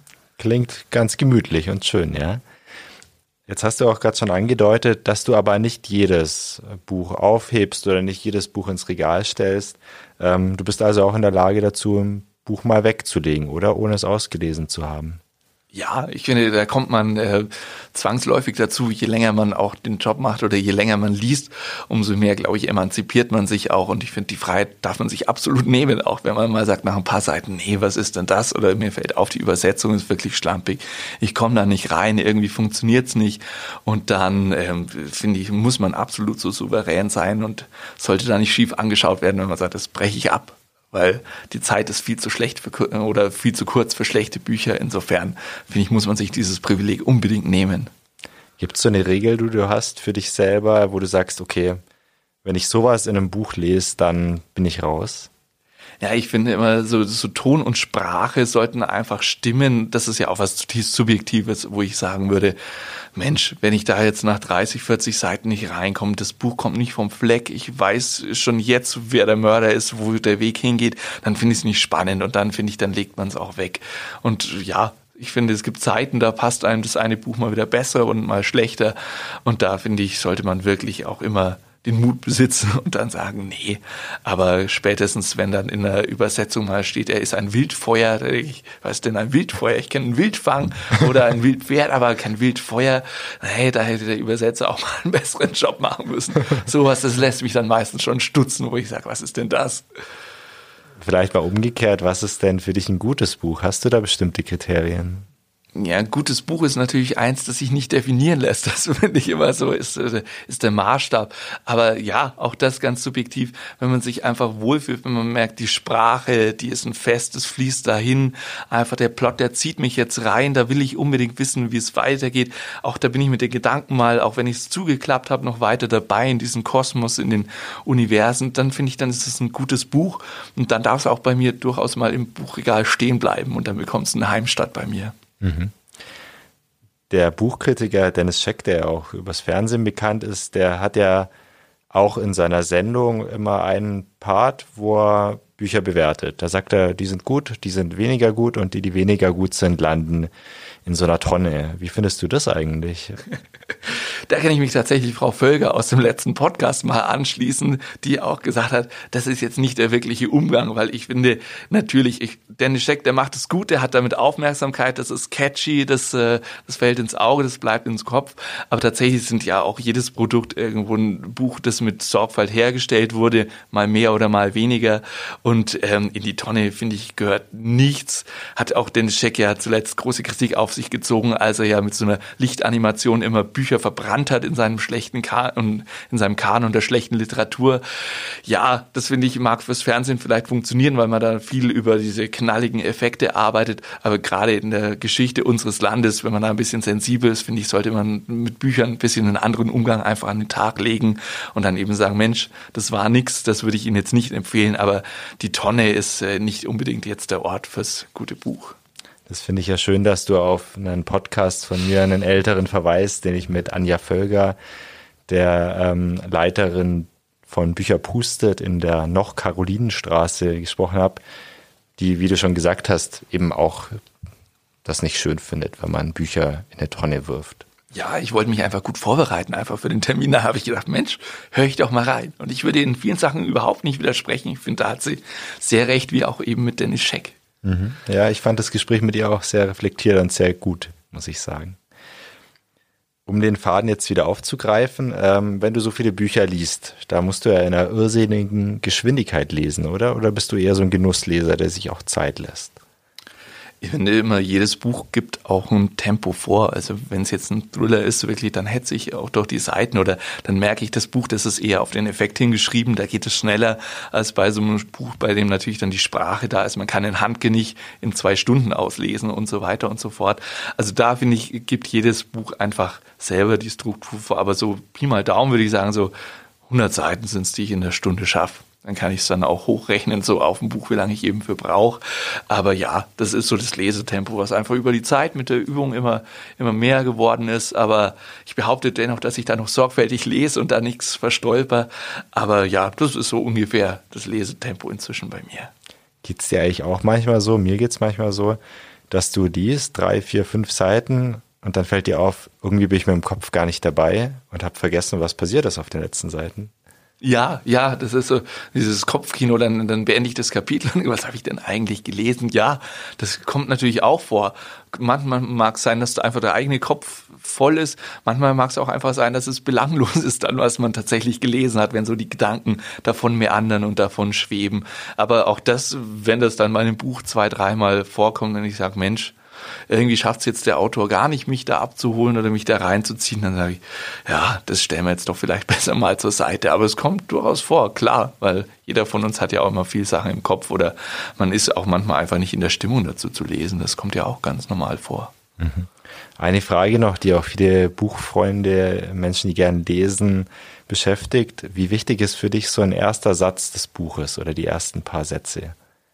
Klingt ganz gemütlich und schön, ja. Jetzt hast du auch gerade schon angedeutet, dass du aber nicht jedes Buch aufhebst oder nicht jedes Buch ins Regal stellst. Du bist also auch in der Lage dazu, ein Buch mal wegzulegen, oder? Ohne es ausgelesen zu haben. Ja, ich finde, da kommt man zwangsläufig dazu, je länger man auch den Job macht oder je länger man liest, umso mehr, glaube ich, emanzipiert man sich auch. Und ich finde, die Freiheit darf man sich absolut nehmen, auch wenn man mal sagt nach ein paar Seiten, nee, was ist denn das? Oder mir fällt auf, die Übersetzung ist wirklich schlampig. Ich komme da nicht rein, irgendwie funktioniert's nicht. Und dann, finde ich, muss man absolut so souverän sein und sollte da nicht schief angeschaut werden, wenn man sagt, das breche ich ab. Weil die Zeit ist viel zu schlecht oder viel zu kurz für schlechte Bücher. Insofern, finde ich, muss man sich dieses Privileg unbedingt nehmen. Gibt es so eine Regel, die du hast für dich selber, wo du sagst, okay, wenn ich sowas in einem Buch lese, dann bin ich raus? Ja, ich finde immer, so Ton und Sprache sollten einfach stimmen. Das ist ja auch was zutiefst Subjektives, wo ich sagen würde, Mensch, wenn ich da jetzt nach 30, 40 Seiten nicht reinkomme, das Buch kommt nicht vom Fleck, ich weiß schon jetzt, wer der Mörder ist, wo der Weg hingeht, dann finde ich es nicht spannend und dann finde ich, dann legt man es auch weg. Und ja, ich finde, es gibt Zeiten, da passt einem das eine Buch mal wieder besser und mal schlechter. Und da, finde ich, sollte man wirklich auch immer den Mut besitzen und dann sagen, nee. Aber spätestens, wenn dann in der Übersetzung mal steht, er ist ein Wildfeuer, was ist denn ein Wildfeuer? Ich kenne einen Wildfang oder ein Wildpferd, aber kein Wildfeuer. Nee, da hätte der Übersetzer auch mal einen besseren Job machen müssen. Sowas, das lässt mich dann meistens schon stutzen, wo ich sage, was ist denn das? Vielleicht mal umgekehrt, was ist denn für dich ein gutes Buch? Hast du da bestimmte Kriterien? Ja, ein gutes Buch ist natürlich eins, das sich nicht definieren lässt. Das finde ich immer so, ist der Maßstab. Aber ja, auch das ganz subjektiv, wenn man sich einfach wohlfühlt, wenn man merkt, die Sprache, die ist ein Fest, es fließt dahin. Einfach der Plot, der zieht mich jetzt rein, da will ich unbedingt wissen, wie es weitergeht. Auch da bin ich mit den Gedanken mal, auch wenn ich es zugeklappt habe, noch weiter dabei in diesem Kosmos, in den Universen. Dann finde ich, dann ist es ein gutes Buch. Und dann darf es auch bei mir durchaus mal im Buchregal stehen bleiben und dann bekommt es eine Heimstatt bei mir. Mhm. Der Buchkritiker Dennis Scheck, der auch übers Fernsehen bekannt ist, der hat ja auch in seiner Sendung immer einen Part, wo er Bücher bewertet. Da sagt er, die sind gut, die sind weniger gut und die weniger gut sind, landen in so einer Tonne. Wie findest du das eigentlich? Da kann ich mich tatsächlich Frau Völger aus dem letzten Podcast mal anschließen, die auch gesagt hat, das ist jetzt nicht der wirkliche Umgang, weil ich finde, natürlich, Dennis Scheck, der macht es gut, der hat damit Aufmerksamkeit, das ist catchy, das fällt ins Auge, das bleibt ins Kopf, aber tatsächlich sind ja auch jedes Produkt irgendwo ein Buch, das mit Sorgfalt hergestellt wurde, mal mehr oder mal weniger und in die Tonne, finde ich, gehört nichts. Hat auch Dennis Scheck ja zuletzt große Kritik auf sich gezogen, als er ja mit so einer Lichtanimation immer Bücher verbrannt hat in seinem schlechten in seinem Kanon der schlechten Literatur. Ja, das finde ich, mag fürs Fernsehen vielleicht funktionieren, weil man da viel über diese knalligen Effekte arbeitet, aber gerade in der Geschichte unseres Landes, wenn man da ein bisschen sensibel ist, finde ich, sollte man mit Büchern ein bisschen einen anderen Umgang einfach an den Tag legen und dann eben sagen, Mensch, das war nix, das würde ich Ihnen jetzt nicht empfehlen, aber die Tonne ist nicht unbedingt jetzt der Ort fürs gute Buch. Das finde ich ja schön, dass du auf einen Podcast von mir, einen älteren, verweist, den ich mit Anja Völger, der Leiterin von Bücher Pustet in der noch Karolinenstraße gesprochen habe, die, wie du schon gesagt hast, eben auch das nicht schön findet, wenn man Bücher in eine Tonne wirft. Ja, ich wollte mich einfach gut vorbereiten, einfach für den Termin. Da habe ich gedacht, Mensch, höre ich doch mal rein. Und ich würde in vielen Sachen überhaupt nicht widersprechen. Ich finde, da hat sie sehr recht, wie auch eben mit Dennis Scheck. Ja, ich fand das Gespräch mit ihr auch sehr reflektiert und sehr gut, muss ich sagen. Um den Faden jetzt wieder aufzugreifen, wenn du so viele Bücher liest, da musst du ja in einer irrsinnigen Geschwindigkeit lesen, oder? Oder bist du eher so ein Genussleser, der sich auch Zeit lässt? Ich finde immer, jedes Buch gibt auch ein Tempo vor. Also wenn es jetzt ein Thriller ist, wirklich, dann hetze ich auch durch die Seiten oder dann merke ich, das Buch, das ist eher auf den Effekt hingeschrieben, da geht es schneller als bei so einem Buch, bei dem natürlich dann die Sprache da ist. Man kann ein Handgenick in 2 Stunden auslesen und so weiter und so fort. Also da, finde ich, gibt jedes Buch einfach selber die Struktur vor. Aber so Pi mal Daumen würde ich sagen, so 100 Seiten sind es, die ich in der Stunde schaffe. Dann kann ich es dann auch hochrechnen, so auf dem Buch, wie lange ich eben für brauche. Aber ja, das ist so das Lesetempo, was einfach über die Zeit mit der Übung immer mehr geworden ist. Aber ich behaupte dennoch, dass ich da noch sorgfältig lese und da nichts verstolper. Aber ja, das ist so ungefähr das Lesetempo inzwischen bei mir. Geht's dir eigentlich auch manchmal so, mir geht's manchmal so, dass du liest 3, 4, 5 Seiten und dann fällt dir auf, irgendwie bin ich mit dem Kopf gar nicht dabei und habe vergessen, was passiert ist auf den letzten Seiten. Ja, das ist so dieses Kopfkino, dann beende ich das Kapitel und was habe ich denn eigentlich gelesen? Ja, das kommt natürlich auch vor. Manchmal mag es sein, dass da einfach der eigene Kopf voll ist. Manchmal mag es auch einfach sein, dass es belanglos ist, dann was man tatsächlich gelesen hat, wenn so die Gedanken davon meandern und davon schweben. Aber auch das, wenn das dann mal im Buch 2, 3 Mal vorkommt und ich sage, Mensch, irgendwie schafft es jetzt der Autor gar nicht, mich da abzuholen oder mich da reinzuziehen, dann sage ich, ja, das stellen wir jetzt doch vielleicht besser mal zur Seite. Aber es kommt durchaus vor, klar, weil jeder von uns hat ja auch immer viel Sachen im Kopf oder man ist auch manchmal einfach nicht in der Stimmung dazu zu lesen. Das kommt ja auch ganz normal vor. Eine Frage noch, die auch viele Buchfreunde, Menschen, die gerne lesen, beschäftigt. Wie wichtig ist für dich so ein erster Satz des Buches oder die ersten paar Sätze?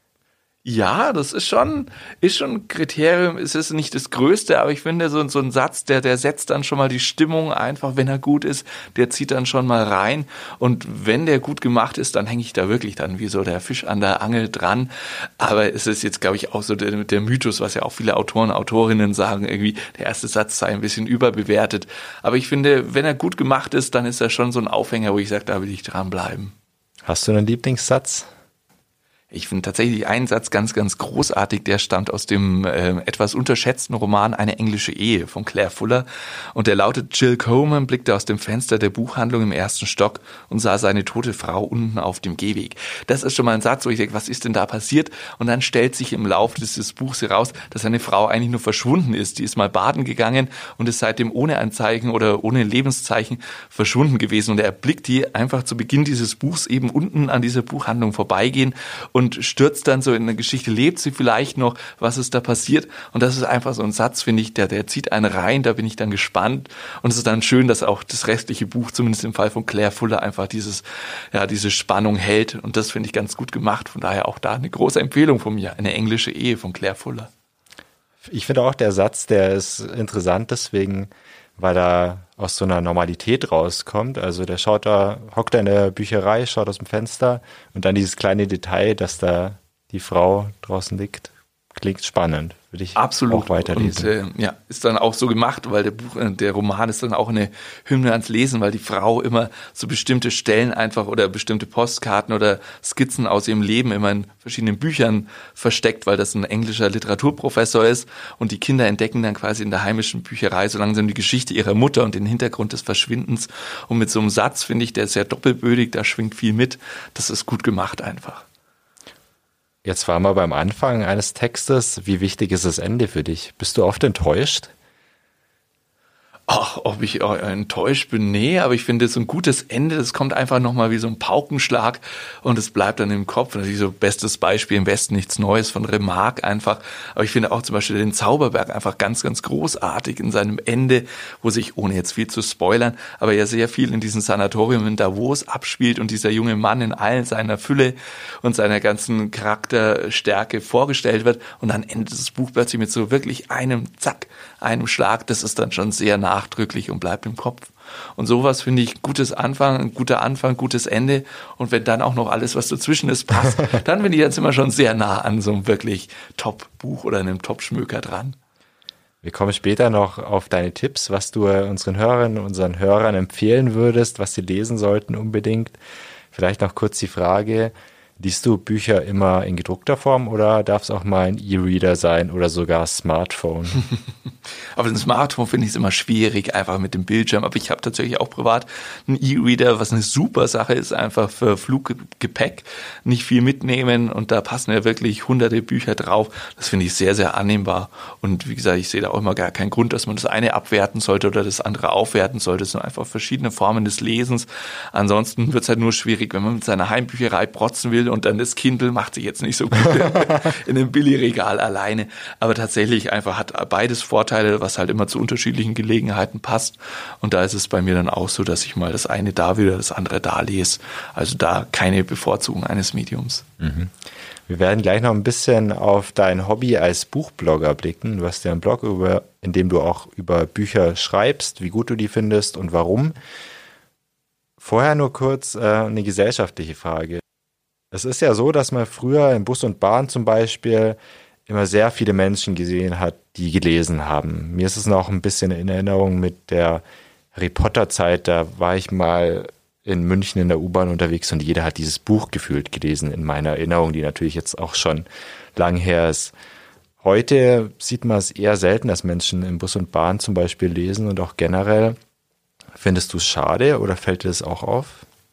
Ja, das ist schon ein Kriterium. Es ist nicht das Größte, aber ich finde, so ein Satz, der setzt dann schon mal die Stimmung einfach, wenn er gut ist, der zieht dann schon mal rein. Und wenn der gut gemacht ist, dann hänge ich da wirklich dann wie so der Fisch an der Angel dran. Aber es ist jetzt, glaube ich, auch so der Mythos, was ja auch viele Autoren, Autorinnen sagen, irgendwie der erste Satz sei ein bisschen überbewertet. Aber ich finde, wenn er gut gemacht ist, dann ist er schon so ein Aufhänger, wo ich sage, da will ich dranbleiben. Hast du einen Lieblingssatz? Ich finde tatsächlich einen Satz ganz, ganz großartig, der stammt aus dem etwas unterschätzten Roman Eine englische Ehe von Claire Fuller und der lautet: Jill Coleman blickte aus dem Fenster der Buchhandlung im 1. Stock und sah seine tote Frau unten auf dem Gehweg. Das ist schon mal ein Satz, wo ich denke, was ist denn da passiert? Und dann stellt sich im Laufe dieses Buchs heraus, dass seine Frau eigentlich nur verschwunden ist. Die ist mal baden gegangen und ist seitdem ohne ein Zeichen oder ohne Lebenszeichen verschwunden gewesen. Und er erblickt die einfach zu Beginn dieses Buchs eben unten an dieser Buchhandlung vorbeigehen und stürzt dann so in eine Geschichte, lebt sie vielleicht noch, was ist da passiert? Und das ist einfach so ein Satz, finde ich, der zieht einen rein, da bin ich dann gespannt. Und es ist dann schön, dass auch das restliche Buch, zumindest im Fall von Claire Fuller, einfach diese Spannung hält. Und das finde ich ganz gut gemacht. Von daher auch da eine große Empfehlung von mir, Eine englische Ehe von Claire Fuller. Ich finde auch der Satz, der ist interessant deswegen, weil er aus so einer Normalität rauskommt. Also der hockt da in der Bücherei, schaut aus dem Fenster und dann dieses kleine Detail, dass da die Frau draußen liegt, klingt spannend. Würde ich absolut auch weiterlesen. Und ist dann auch so gemacht, weil der Roman ist dann auch eine Hymne ans Lesen, weil die Frau immer so bestimmte Stellen einfach oder bestimmte Postkarten oder Skizzen aus ihrem Leben immer in verschiedenen Büchern versteckt, weil das ein englischer Literaturprofessor ist und die Kinder entdecken dann quasi in der heimischen Bücherei so langsam die Geschichte ihrer Mutter und den Hintergrund des Verschwindens. Und mit so einem Satz, finde ich, der ist sehr doppelbödig, da schwingt viel mit. Das ist gut gemacht einfach. Jetzt waren wir beim Anfang eines Textes. Wie wichtig ist das Ende für dich? Bist du oft enttäuscht? Ach, ob ich enttäuscht bin? Nee, aber ich finde, so ein gutes Ende, das kommt einfach nochmal wie so ein Paukenschlag und es bleibt dann im Kopf. Natürlich so bestes Beispiel im Westen nichts Neues von Remarque einfach. Aber ich finde auch zum Beispiel den Zauberberg einfach ganz, ganz großartig in seinem Ende, wo sich, ohne jetzt viel zu spoilern, aber ja sehr viel in diesem Sanatorium in Davos abspielt und dieser junge Mann in all seiner Fülle und seiner ganzen Charakterstärke vorgestellt wird und dann endet das Buch plötzlich mit so wirklich einem Schlag. Das ist dann schon sehr nachdrücklich und bleibt im Kopf. Und sowas finde ich ein guter Anfang, gutes Ende. Und wenn dann auch noch alles, was dazwischen ist, passt, dann bin ich jetzt immer schon sehr nah an so einem wirklich Top-Buch oder einem Top-Schmöker dran. Wir kommen später noch auf deine Tipps, was du unseren Hörerinnen und unseren Hörern empfehlen würdest, was sie lesen sollten unbedingt. Vielleicht noch kurz die Frage, Liest du Bücher immer in gedruckter Form oder darf es auch mal ein E-Reader sein oder sogar Smartphone? Auf dem Smartphone finde ich es immer schwierig, einfach mit dem Bildschirm. Aber ich habe tatsächlich auch privat einen E-Reader, was eine super Sache ist, einfach für Fluggepäck. Nicht viel mitnehmen und da passen ja wirklich hunderte Bücher drauf. Das finde ich sehr, sehr annehmbar. Und wie gesagt, ich sehe da auch immer gar keinen Grund, dass man das eine abwerten sollte oder das andere aufwerten sollte. Es sind einfach verschiedene Formen des Lesens. Ansonsten wird es halt nur schwierig, wenn man mit seiner Heimbücherei protzen will und dann das Kindle macht sich jetzt nicht so gut in einem Billigregal alleine. Aber tatsächlich einfach hat beides Vorteile, was halt immer zu unterschiedlichen Gelegenheiten passt. Und da ist es bei mir dann auch so, dass ich mal das eine da wieder, das andere da lese. Also da keine Bevorzugung eines Mediums. Mhm. Wir werden gleich noch ein bisschen auf dein Hobby als Buchblogger blicken. Du hast ja einen Blog, in dem du auch über Bücher schreibst, wie gut du die findest und warum. Vorher nur kurz eine gesellschaftliche Frage. Es ist ja so, dass man früher in Bus und Bahn zum Beispiel immer sehr viele Menschen gesehen hat, die gelesen haben. Mir ist es noch ein bisschen in Erinnerung mit der Harry Potter Zeit. Da war ich mal in München in der U-Bahn unterwegs und jeder hat dieses Buch gefühlt gelesen in meiner Erinnerung, die natürlich jetzt auch schon lang her ist. Heute sieht man es eher selten, dass Menschen in Bus und Bahn zum Beispiel lesen und auch generell. Findest du es schade oder fällt dir das auch auf?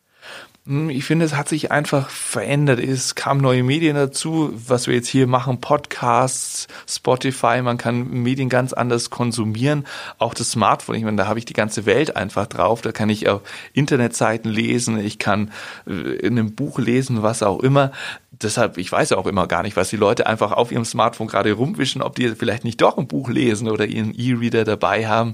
Ich finde, es hat sich einfach verändert. Es kamen neue Medien dazu, was wir jetzt hier machen, Podcasts, Spotify, man kann Medien ganz anders konsumieren. Auch das Smartphone, ich meine, da habe ich die ganze Welt einfach drauf. Da kann ich auch Internetseiten lesen, ich kann in einem Buch lesen, was auch immer. Deshalb, ich weiß ja auch immer gar nicht, was die Leute einfach auf ihrem Smartphone gerade rumwischen, ob die vielleicht nicht doch ein Buch lesen oder ihren E-Reader dabei haben.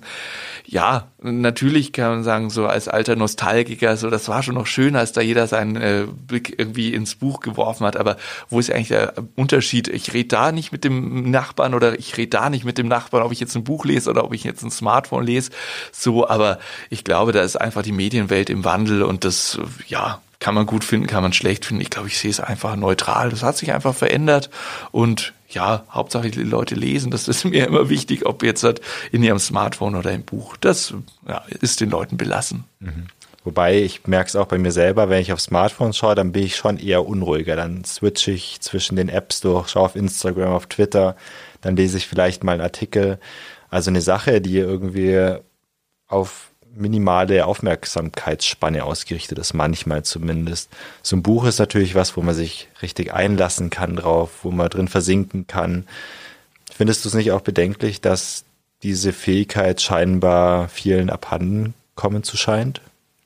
Ja, natürlich kann man sagen, so als alter Nostalgiker, so das war schon noch schön, als da jeder seinen Blick irgendwie ins Buch geworfen hat. Aber wo ist eigentlich der Unterschied? Ich rede da nicht mit dem Nachbarn oder ich rede da nicht mit dem Nachbarn, ob ich jetzt ein Buch lese oder ob ich jetzt ein Smartphone lese. So, aber ich glaube, da ist einfach die Medienwelt im Wandel und das, ja, kann man gut finden, kann man schlecht finden. Ich glaube, ich sehe es einfach neutral. Das hat sich einfach verändert und ja, Hauptsache die Leute lesen. Das ist mir immer wichtig, ob jetzt halt in ihrem Smartphone oder im Buch. Das ist den Leuten belassen. Mhm. Wobei, ich merke es auch bei mir selber, wenn ich auf Smartphone schaue, dann bin ich schon eher unruhiger. Dann switche ich zwischen den Apps durch, schaue auf Instagram, auf Twitter, dann lese ich vielleicht mal einen Artikel. Also eine Sache, die irgendwie auf minimale Aufmerksamkeitsspanne ausgerichtet ist, manchmal zumindest. So ein Buch ist natürlich was, wo man sich richtig einlassen kann drauf, wo man drin versinken kann. Findest du es nicht auch bedenklich, dass diese Fähigkeit scheinbar vielen abhanden kommen zu scheint?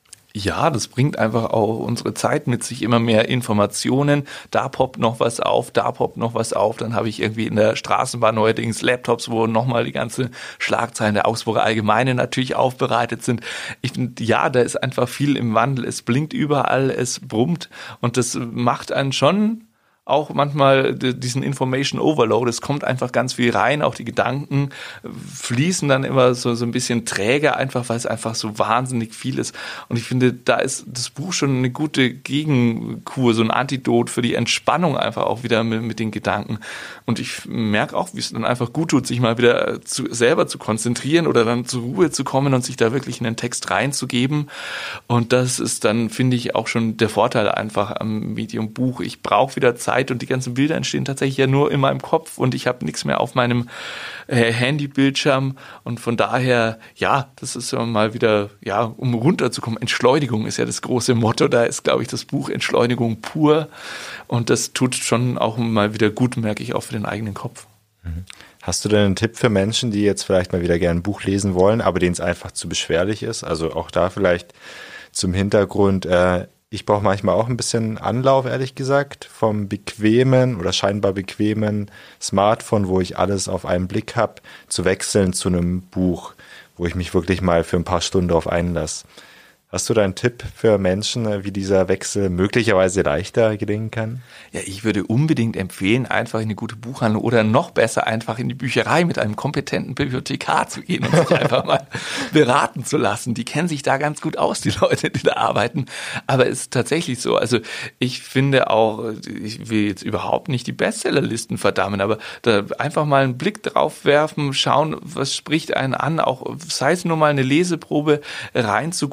Ja, das bringt einfach auch unsere Zeit mit sich, immer mehr Informationen. Da poppt noch was auf, da poppt noch was auf. Dann habe ich irgendwie in der Straßenbahn neuerdings Laptops, wo nochmal die ganze Schlagzeilen der Augsburger Allgemeine natürlich aufbereitet sind. Ich finde, ja, da ist einfach viel im Wandel. Es blinkt überall, es brummt und das macht einen schon auch manchmal diesen Information Overload. Es kommt einfach ganz viel rein, auch die Gedanken fließen dann immer so ein bisschen träger, einfach weil es einfach so wahnsinnig viel ist. Und ich finde, da ist das Buch schon eine gute Gegenkur, so ein Antidot für die Entspannung einfach auch wieder mit den Gedanken. Und ich merke auch, wie es dann einfach gut tut, sich mal wieder selber zu konzentrieren oder dann zur Ruhe zu kommen und sich da wirklich in den Text reinzugeben. Und das ist dann, finde ich, auch schon der Vorteil einfach am Medium Buch. Ich brauche wieder Zeit und die ganzen Bilder entstehen tatsächlich ja nur in meinem Kopf und ich habe nichts mehr auf meinem Handybildschirm und von daher, ja, das ist ja mal wieder, ja, um runterzukommen, Entschleunigung ist ja das große Motto, da ist, glaube ich, das Buch Entschleunigung pur und das tut schon auch mal wieder gut, merke ich, auch für den eigenen Kopf. Hast du denn einen Tipp für Menschen, die jetzt vielleicht mal wieder gerne ein Buch lesen wollen, aber denen es einfach zu beschwerlich ist? Also auch da vielleicht zum Hintergrund, ich brauche manchmal auch ein bisschen Anlauf, ehrlich gesagt, vom bequemen oder scheinbar bequemen Smartphone, wo ich alles auf einen Blick habe, zu wechseln zu einem Buch, wo ich mich wirklich mal für ein paar Stunden darauf einlasse. Hast du da einen Tipp für Menschen, wie dieser Wechsel möglicherweise leichter gelingen kann? Ja, ich würde unbedingt empfehlen, einfach in eine gute Buchhandlung oder noch besser einfach in die Bücherei mit einem kompetenten Bibliothekar zu gehen und sich einfach mal beraten zu lassen. Die kennen sich da ganz gut aus, die Leute, die da arbeiten. Aber es ist tatsächlich so. Also ich finde auch, ich will jetzt überhaupt nicht die Bestsellerlisten verdammen, aber da einfach mal einen Blick drauf werfen, schauen, was spricht einen an, auch sei es nur mal eine Leseprobe reinzugucken.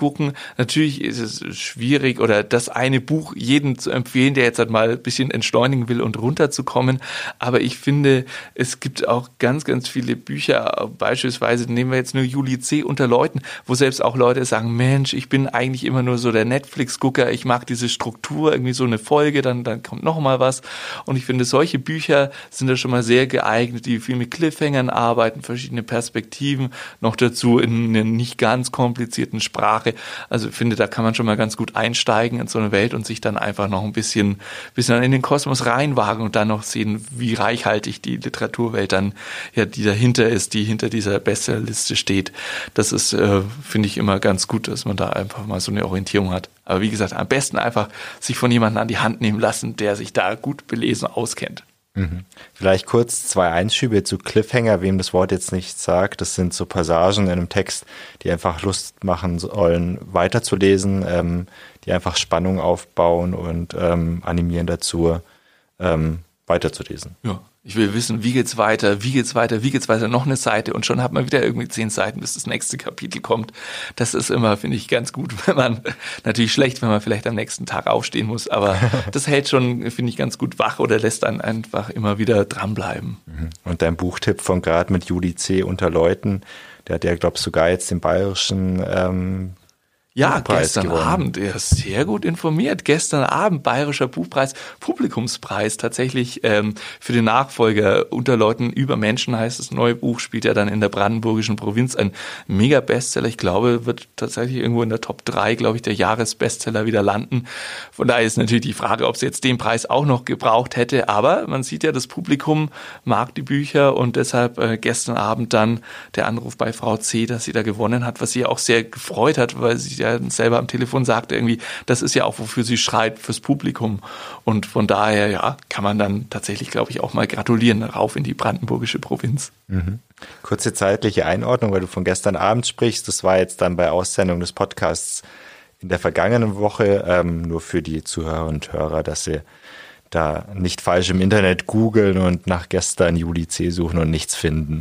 natürlich ist es schwierig oder das eine Buch jedem zu empfehlen, der jetzt halt mal ein bisschen entschleunigen will und runterzukommen. Aber ich finde, es gibt auch ganz, ganz viele Bücher, beispielsweise nehmen wir jetzt nur Julie C. unter Leuten, wo selbst auch Leute sagen, Mensch, ich bin eigentlich immer nur so der Netflix-Gucker, ich mag diese Struktur, irgendwie so eine Folge, dann kommt noch mal was. Und ich finde, solche Bücher sind da schon mal sehr geeignet, die viel mit Cliffhangern arbeiten, verschiedene Perspektiven, noch dazu in einer nicht ganz komplizierten Sprache. Also ich finde, da kann man schon mal ganz gut einsteigen in so eine Welt und sich dann einfach noch ein bisschen in den Kosmos reinwagen und dann noch sehen, wie reichhaltig die Literaturwelt dann, ja, die dahinter ist, die hinter dieser Bestsellerliste steht. Das ist, finde ich, immer ganz gut, dass man da einfach mal so eine Orientierung hat. Aber wie gesagt, am besten einfach sich von jemandem an die Hand nehmen lassen, der sich da gut belesen auskennt. Vielleicht kurz 2 Einschübe zu Cliffhanger, wem das Wort jetzt nicht sagt. Das sind so Passagen in einem Text, die einfach Lust machen sollen, weiterzulesen, die einfach Spannung aufbauen und animieren dazu, weiterzulesen. Ja. Ich will wissen, wie geht's weiter, noch eine Seite und schon hat man wieder irgendwie 10 Seiten, bis das nächste Kapitel kommt. Das ist immer, finde ich, ganz gut, natürlich schlecht, wenn man vielleicht am nächsten Tag aufstehen muss, aber das hält schon, finde ich, ganz gut wach oder lässt dann einfach immer wieder dranbleiben. Und dein Buchtipp von gerade mit Julie C. unter Leuten, der hat ja, glaube ich, sogar jetzt den bayerischen Ja, Buchpreis gestern gewonnen. Abend, er ist sehr gut informiert. Gestern Abend Bayerischer Buchpreis, Publikumspreis tatsächlich für den Nachfolger Unter Leuten über Menschen heißt das neue Buch, spielt ja dann in der brandenburgischen Provinz, ein Mega-Bestseller. Ich glaube, wird tatsächlich irgendwo in der Top 3, glaube ich, der Jahresbestseller wieder landen. Von daher ist natürlich die Frage, ob es jetzt den Preis auch noch gebraucht hätte. Aber man sieht ja, das Publikum mag die Bücher und deshalb gestern Abend dann der Anruf bei Frau C., dass sie da gewonnen hat, was sie auch sehr gefreut hat, weil sie ja selber am Telefon sagte irgendwie, das ist ja auch, wofür sie schreibt, fürs Publikum. Und von daher, ja, kann man dann tatsächlich, glaube ich, auch mal gratulieren, rauf in die brandenburgische Provinz. Kurze zeitliche Einordnung, weil du von gestern Abend sprichst. Das war jetzt dann bei Aussendung des Podcasts in der vergangenen Woche, nur für die Zuhörer und Hörer, dass sie da nicht falsch im Internet googeln und nach gestern Julie C. suchen und nichts finden.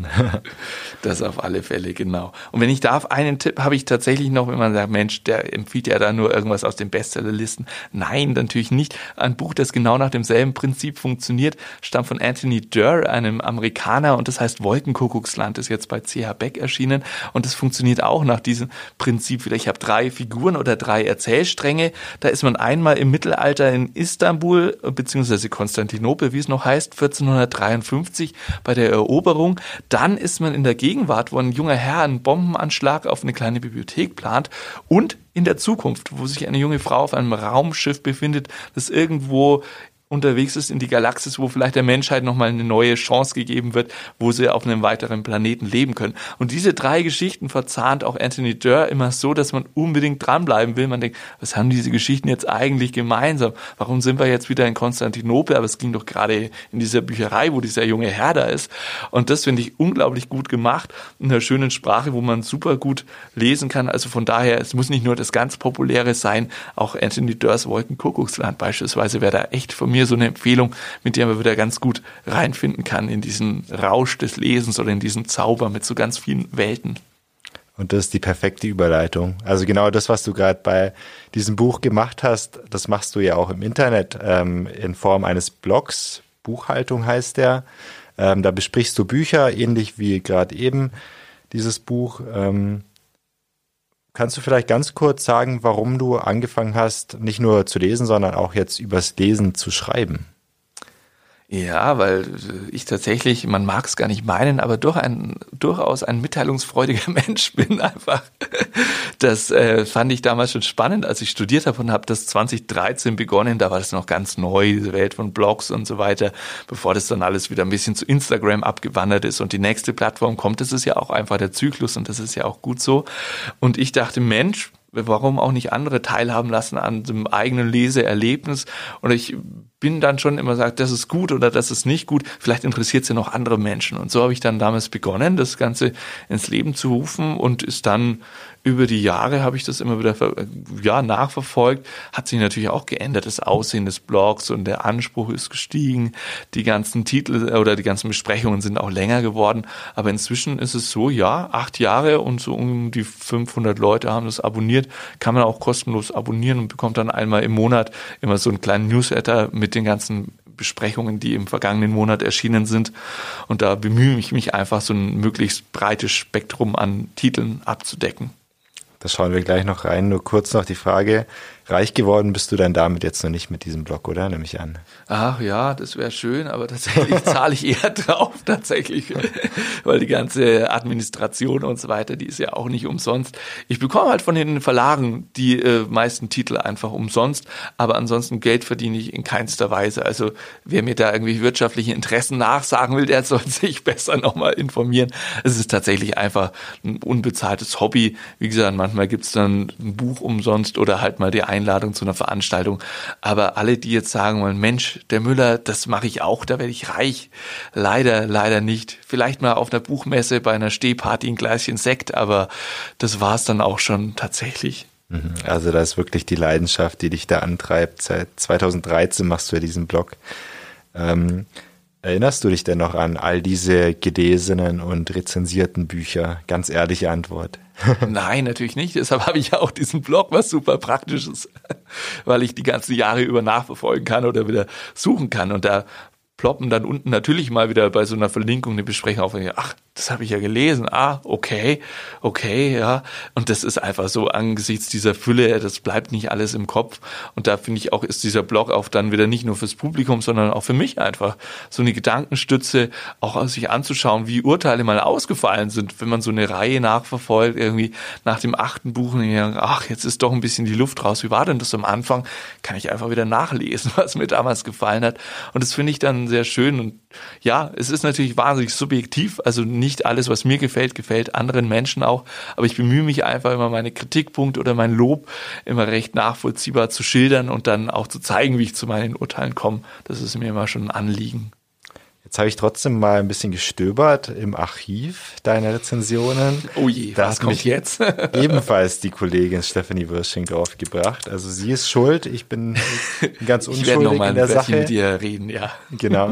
Das auf alle Fälle, genau. Und wenn ich darf, einen Tipp habe ich tatsächlich noch, wenn man sagt, Mensch, der empfiehlt ja da nur irgendwas aus den Bestsellerlisten. Nein, natürlich nicht. Ein Buch, das genau nach demselben Prinzip funktioniert, stammt von Anthony Doerr, einem Amerikaner, und das heißt Wolkenkuckucksland, ist jetzt bei C.H. Beck erschienen und das funktioniert auch nach diesem Prinzip wieder. Ich habe 3 Figuren oder 3 Erzählstränge. Da ist man einmal im Mittelalter in Istanbul, beziehungsweise Konstantinopel, wie es noch heißt, 1453 bei der Eroberung. Dann ist man in der Gegenwart, wo ein junger Herr einen Bombenanschlag auf eine kleine Bibliothek plant, und in der Zukunft, wo sich eine junge Frau auf einem Raumschiff befindet, das irgendwo unterwegs ist in die Galaxis, wo vielleicht der Menschheit nochmal eine neue Chance gegeben wird, wo sie auf einem weiteren Planeten leben können. Und diese 3 Geschichten verzahnt auch Anthony Doerr immer so, dass man unbedingt dranbleiben will. Man denkt, was haben diese Geschichten jetzt eigentlich gemeinsam? Warum sind wir jetzt wieder in Konstantinopel? Aber es ging doch gerade in dieser Bücherei, wo dieser junge Herr da ist. Und das finde ich unglaublich gut gemacht, in einer schönen Sprache, wo man super gut lesen kann. Also von daher, es muss nicht nur das ganz Populäre sein, auch Anthony Doerrs Wolkenkuckucksland beispielsweise wäre da echt von mir so eine Empfehlung, mit der man wieder ganz gut reinfinden kann in diesen Rausch des Lesens oder in diesen Zauber mit so ganz vielen Welten. Und das ist die perfekte Überleitung. Also genau das, was du gerade bei diesem Buch gemacht hast, das machst du ja auch im Internet in Form eines Blogs. Buchhaltung heißt der. Da besprichst du Bücher, ähnlich wie gerade eben dieses Buch. Kannst du vielleicht ganz kurz sagen, warum du angefangen hast, nicht nur zu lesen, sondern auch jetzt übers Lesen zu schreiben? Ja, weil ich tatsächlich, man mag es gar nicht meinen, aber durchaus ein mitteilungsfreudiger Mensch bin einfach. Das fand ich damals schon spannend, als ich studiert habe, und habe das 2013 begonnen. Da war das noch ganz neu, diese Welt von Blogs und so weiter, bevor das dann alles wieder ein bisschen zu Instagram abgewandert ist und die nächste Plattform kommt. Das ist ja auch einfach der Zyklus und das ist ja auch gut so. Und ich dachte, Mensch, warum auch nicht andere teilhaben lassen an dem eigenen Leseerlebnis? Und ich bin dann schon immer gesagt, das ist gut oder das ist nicht gut. Vielleicht interessiert es ja noch andere Menschen. Und so habe ich dann damals begonnen, das Ganze ins Leben zu rufen und ist dann über die Jahre habe ich das immer wieder nachverfolgt. Hat sich natürlich auch geändert, das Aussehen des Blogs und der Anspruch ist gestiegen. Die ganzen Titel oder die ganzen Besprechungen sind auch länger geworden. Aber inzwischen ist es so, 8 Jahre und so um die 500 Leute haben das abonniert. Kann man auch kostenlos abonnieren und bekommt dann einmal im Monat immer so einen kleinen Newsletter mit den ganzen Besprechungen, die im vergangenen Monat erschienen sind. Und da bemühe ich mich einfach, so ein möglichst breites Spektrum an Titeln abzudecken. Da schauen wir gleich noch rein. Nur kurz noch die Frage, reich geworden bist du dann damit jetzt noch nicht mit diesem Blog, oder? Nehme ich an. Ach ja, das wäre schön, aber tatsächlich zahle ich eher drauf, tatsächlich. Weil die ganze Administration und so weiter, die ist ja auch nicht umsonst. Ich bekomme halt von den Verlagen die meisten Titel einfach umsonst, aber ansonsten Geld verdiene ich in keinster Weise. Also wer mir da irgendwie wirtschaftliche Interessen nachsagen will, der soll sich besser nochmal informieren. Es ist tatsächlich einfach ein unbezahltes Hobby. Wie gesagt, manchmal gibt's dann ein Buch umsonst oder halt mal die Einladung zu einer Veranstaltung. Aber alle, die jetzt sagen wollen, Mensch, der Müller, das mache ich auch, da werde ich reich. Leider nicht. Vielleicht mal auf einer Buchmesse bei einer Stehparty ein Gläschen Sekt, aber das war's dann auch schon tatsächlich. Also das ist wirklich die Leidenschaft, die dich da antreibt. Seit 2013 machst du ja diesen Blog. Erinnerst du dich denn noch an all diese gelesenen und rezensierten Bücher? Ganz ehrliche Antwort. Nein, natürlich nicht. Deshalb habe ich ja auch diesen Blog, was super praktisch ist, weil ich die ganzen Jahre über nachverfolgen kann oder wieder suchen kann. Und da ploppen dann unten natürlich mal wieder bei so einer Verlinkung eine Besprechung auf. Ach, das habe ich ja gelesen. Okay, ja. Und das ist einfach so angesichts dieser Fülle, das bleibt nicht alles im Kopf. Und da finde ich auch, ist dieser Blog auch dann wieder nicht nur fürs Publikum, sondern auch für mich einfach so eine Gedankenstütze, auch sich anzuschauen, wie Urteile mal ausgefallen sind, wenn man so eine Reihe nachverfolgt, irgendwie nach dem 8. Buch, und ach, jetzt ist doch ein bisschen die Luft raus. Wie war denn das am Anfang? Kann ich einfach wieder nachlesen, was mir damals gefallen hat. Und das finde ich dann sehr schön. Und ja, es ist natürlich wahnsinnig subjektiv, also nicht alles, was mir gefällt, gefällt anderen Menschen auch, aber ich bemühe mich einfach immer, meine Kritikpunkte oder mein Lob immer recht nachvollziehbar zu schildern und dann auch zu zeigen, wie ich zu meinen Urteilen komme. Das ist mir immer schon ein Anliegen. Jetzt habe ich trotzdem mal ein bisschen gestöbert im Archiv deiner Rezensionen. Oh je, da was kommt jetzt? Ebenfalls die Kollegin Stephanie Wirsching draufgebracht. Also sie ist schuld, ich bin ganz unschuldig ich werde noch mal in der ein Sache. mit dir reden, ja. Genau.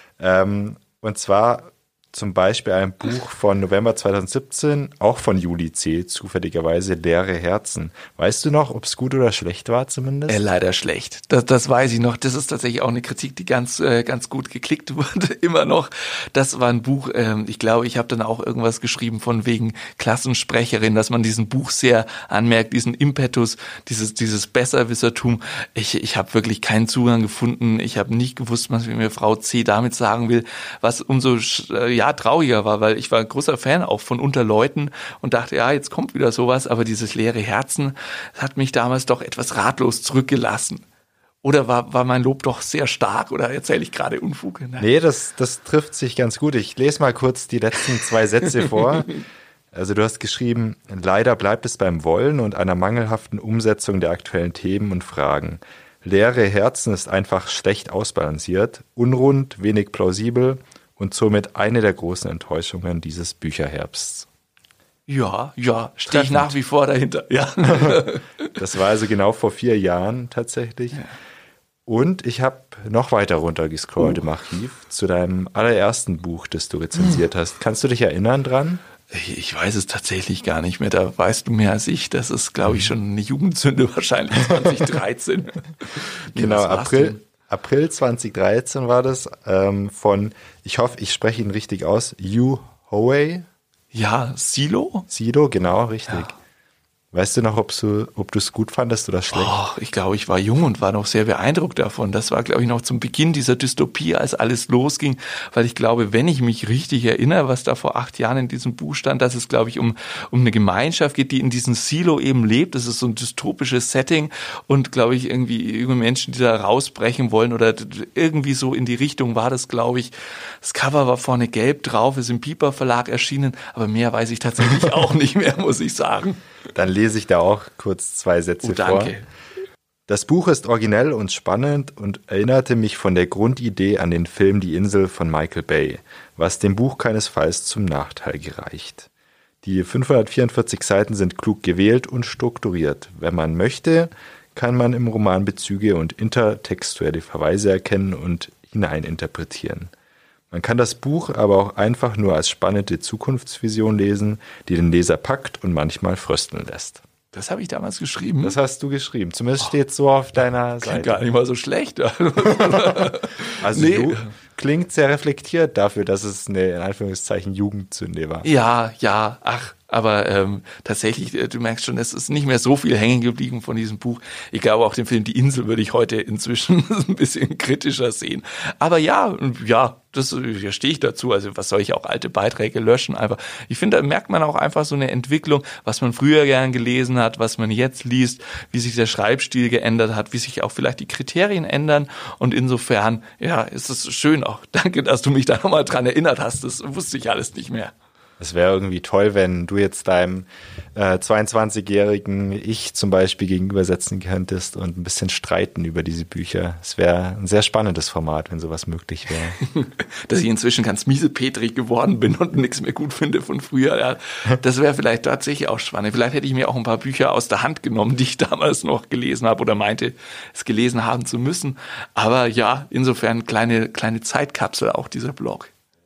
Und zwar zum Beispiel ein Buch von November 2017, auch von Juli C., zufälligerweise, Leere Herzen. Weißt du noch, ob es gut oder schlecht war zumindest? Leider schlecht. Das weiß ich noch. Das ist tatsächlich auch eine Kritik, die ganz gut geklickt wurde, immer noch. Das war ein Buch, ich glaube, ich habe dann auch irgendwas geschrieben von wegen Klassensprecherin, dass man diesem Buch sehr anmerkt, diesen Impetus, dieses Besserwissertum. Ich habe wirklich keinen Zugang gefunden. Ich habe nicht gewusst, was mir Frau C. damit sagen will, was umso trauriger war, weil ich war ein großer Fan auch von Unter Leuten und dachte, ja, jetzt kommt wieder sowas, aber dieses leere Herzen hat mich damals doch etwas ratlos zurückgelassen. Oder war mein Lob doch sehr stark oder erzähle ich gerade Unfug? Nee, das trifft sich ganz gut. Ich lese mal kurz die letzten 2 Sätze vor. Also du hast geschrieben, leider bleibt es beim Wollen und einer mangelhaften Umsetzung der aktuellen Themen und Fragen. Leere Herzen ist einfach schlecht ausbalanciert, unrund, wenig plausibel und somit eine der großen Enttäuschungen dieses Bücherherbsts. Ja, stehe ich nach wie vor dahinter. Ja. Das war also genau vor 4 Jahren tatsächlich. Ja. Und ich habe noch weiter runtergescrollt im Archiv zu deinem allerersten Buch, das du rezensiert hast. Kannst du dich erinnern dran? Ich weiß es tatsächlich gar nicht mehr. Da weißt du mehr als ich. Das ist, glaube ich, schon eine Jugendsünde wahrscheinlich 2013. Genau, April 2013 war das, von, ich hoffe, ich spreche ihn richtig aus, Yu Hoey. Ja, Silo, genau, richtig. Ja. Weißt du noch, ob du es gut fandest oder schlecht? Ich glaube, ich war jung und war noch sehr beeindruckt davon. Das war, glaube ich, noch zum Beginn dieser Dystopie, als alles losging. Weil ich glaube, wenn ich mich richtig erinnere, was da vor 8 Jahren in diesem Buch stand, dass es, glaube ich, um eine Gemeinschaft geht, die in diesem Silo eben lebt. Das ist so ein dystopisches Setting und, glaube ich, irgendwie junge Menschen, die da rausbrechen wollen oder irgendwie so in die Richtung war das, glaube ich. Das Cover war vorne gelb drauf, ist im Piper Verlag erschienen, aber mehr weiß ich tatsächlich auch nicht mehr, muss ich sagen. Dann lese ich da auch kurz 2 Sätze vor. Danke. Das Buch ist originell und spannend und erinnerte mich von der Grundidee an den Film Die Insel von Michael Bay, was dem Buch keinesfalls zum Nachteil gereicht. Die 544 Seiten sind klug gewählt und strukturiert. Wenn man möchte, kann man im Roman Bezüge und intertextuelle Verweise erkennen und hineininterpretieren. Man kann das Buch aber auch einfach nur als spannende Zukunftsvision lesen, die den Leser packt und manchmal frösteln lässt. Das habe ich damals geschrieben. Das hast du geschrieben. Zumindest steht es so auf deiner Seite. Gar nicht mal so schlecht. Also du klingt sehr reflektiert dafür, dass es eine, in Anführungszeichen, Jugendsünde war. Ja, aber tatsächlich, du merkst schon, es ist nicht mehr so viel hängen geblieben von diesem Buch. Ich glaube, auch den Film Die Insel würde ich heute inzwischen ein bisschen kritischer sehen. Aber ja, das stehe ich dazu. Also was soll ich auch alte Beiträge löschen? Einfach. Ich finde, da merkt man auch einfach so eine Entwicklung, was man früher gern gelesen hat, was man jetzt liest, wie sich der Schreibstil geändert hat, wie sich auch vielleicht die Kriterien ändern. Und insofern, ja, ist es schön auch. Danke, dass du mich da nochmal dran erinnert hast. Das wusste ich alles nicht mehr. Es wäre irgendwie toll, wenn du jetzt deinem 22-jährigen Ich zum Beispiel gegenübersetzen könntest und ein bisschen streiten über diese Bücher. Es wäre ein sehr spannendes Format, wenn sowas möglich wäre. Dass ich inzwischen ganz miesepetrig geworden bin und nichts mehr gut finde von früher. Ja, das wäre vielleicht tatsächlich auch spannend. Vielleicht hätte ich mir auch ein paar Bücher aus der Hand genommen, die ich damals noch gelesen habe oder meinte, es gelesen haben zu müssen. Aber ja, insofern kleine Zeitkapsel auch dieser Blog.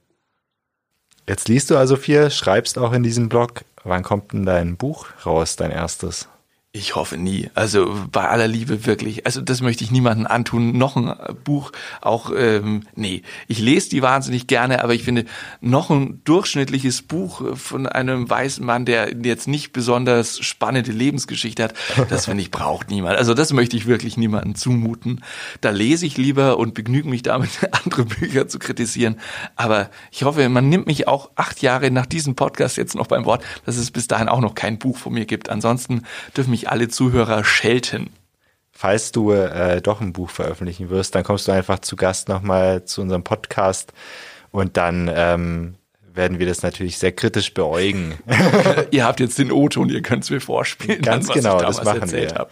Jetzt liest du also viel, schreibst auch in diesem Blog. Wann kommt denn dein Buch raus, dein erstes? Ich hoffe nie. Also bei aller Liebe wirklich. Also das möchte ich niemandem antun. Noch ein Buch, auch, ich lese die wahnsinnig gerne, aber ich finde, noch ein durchschnittliches Buch von einem weißen Mann, der jetzt nicht besonders spannende Lebensgeschichte hat, das finde ich, braucht niemand. Also das möchte ich wirklich niemandem zumuten. Da lese ich lieber und begnüge mich damit, andere Bücher zu kritisieren. Aber ich hoffe, man nimmt mich auch 8 Jahre nach diesem Podcast jetzt noch beim Wort, dass es bis dahin auch noch kein Buch von mir gibt. Ansonsten dürfen mich alle Zuhörer schelten. Falls du doch ein Buch veröffentlichen wirst, dann kommst du einfach zu Gast nochmal zu unserem Podcast und dann werden wir das natürlich sehr kritisch beäugen. Ihr habt jetzt den O-Ton, ihr könnt es mir vorspielen. Ganz was genau, ich das machen wir.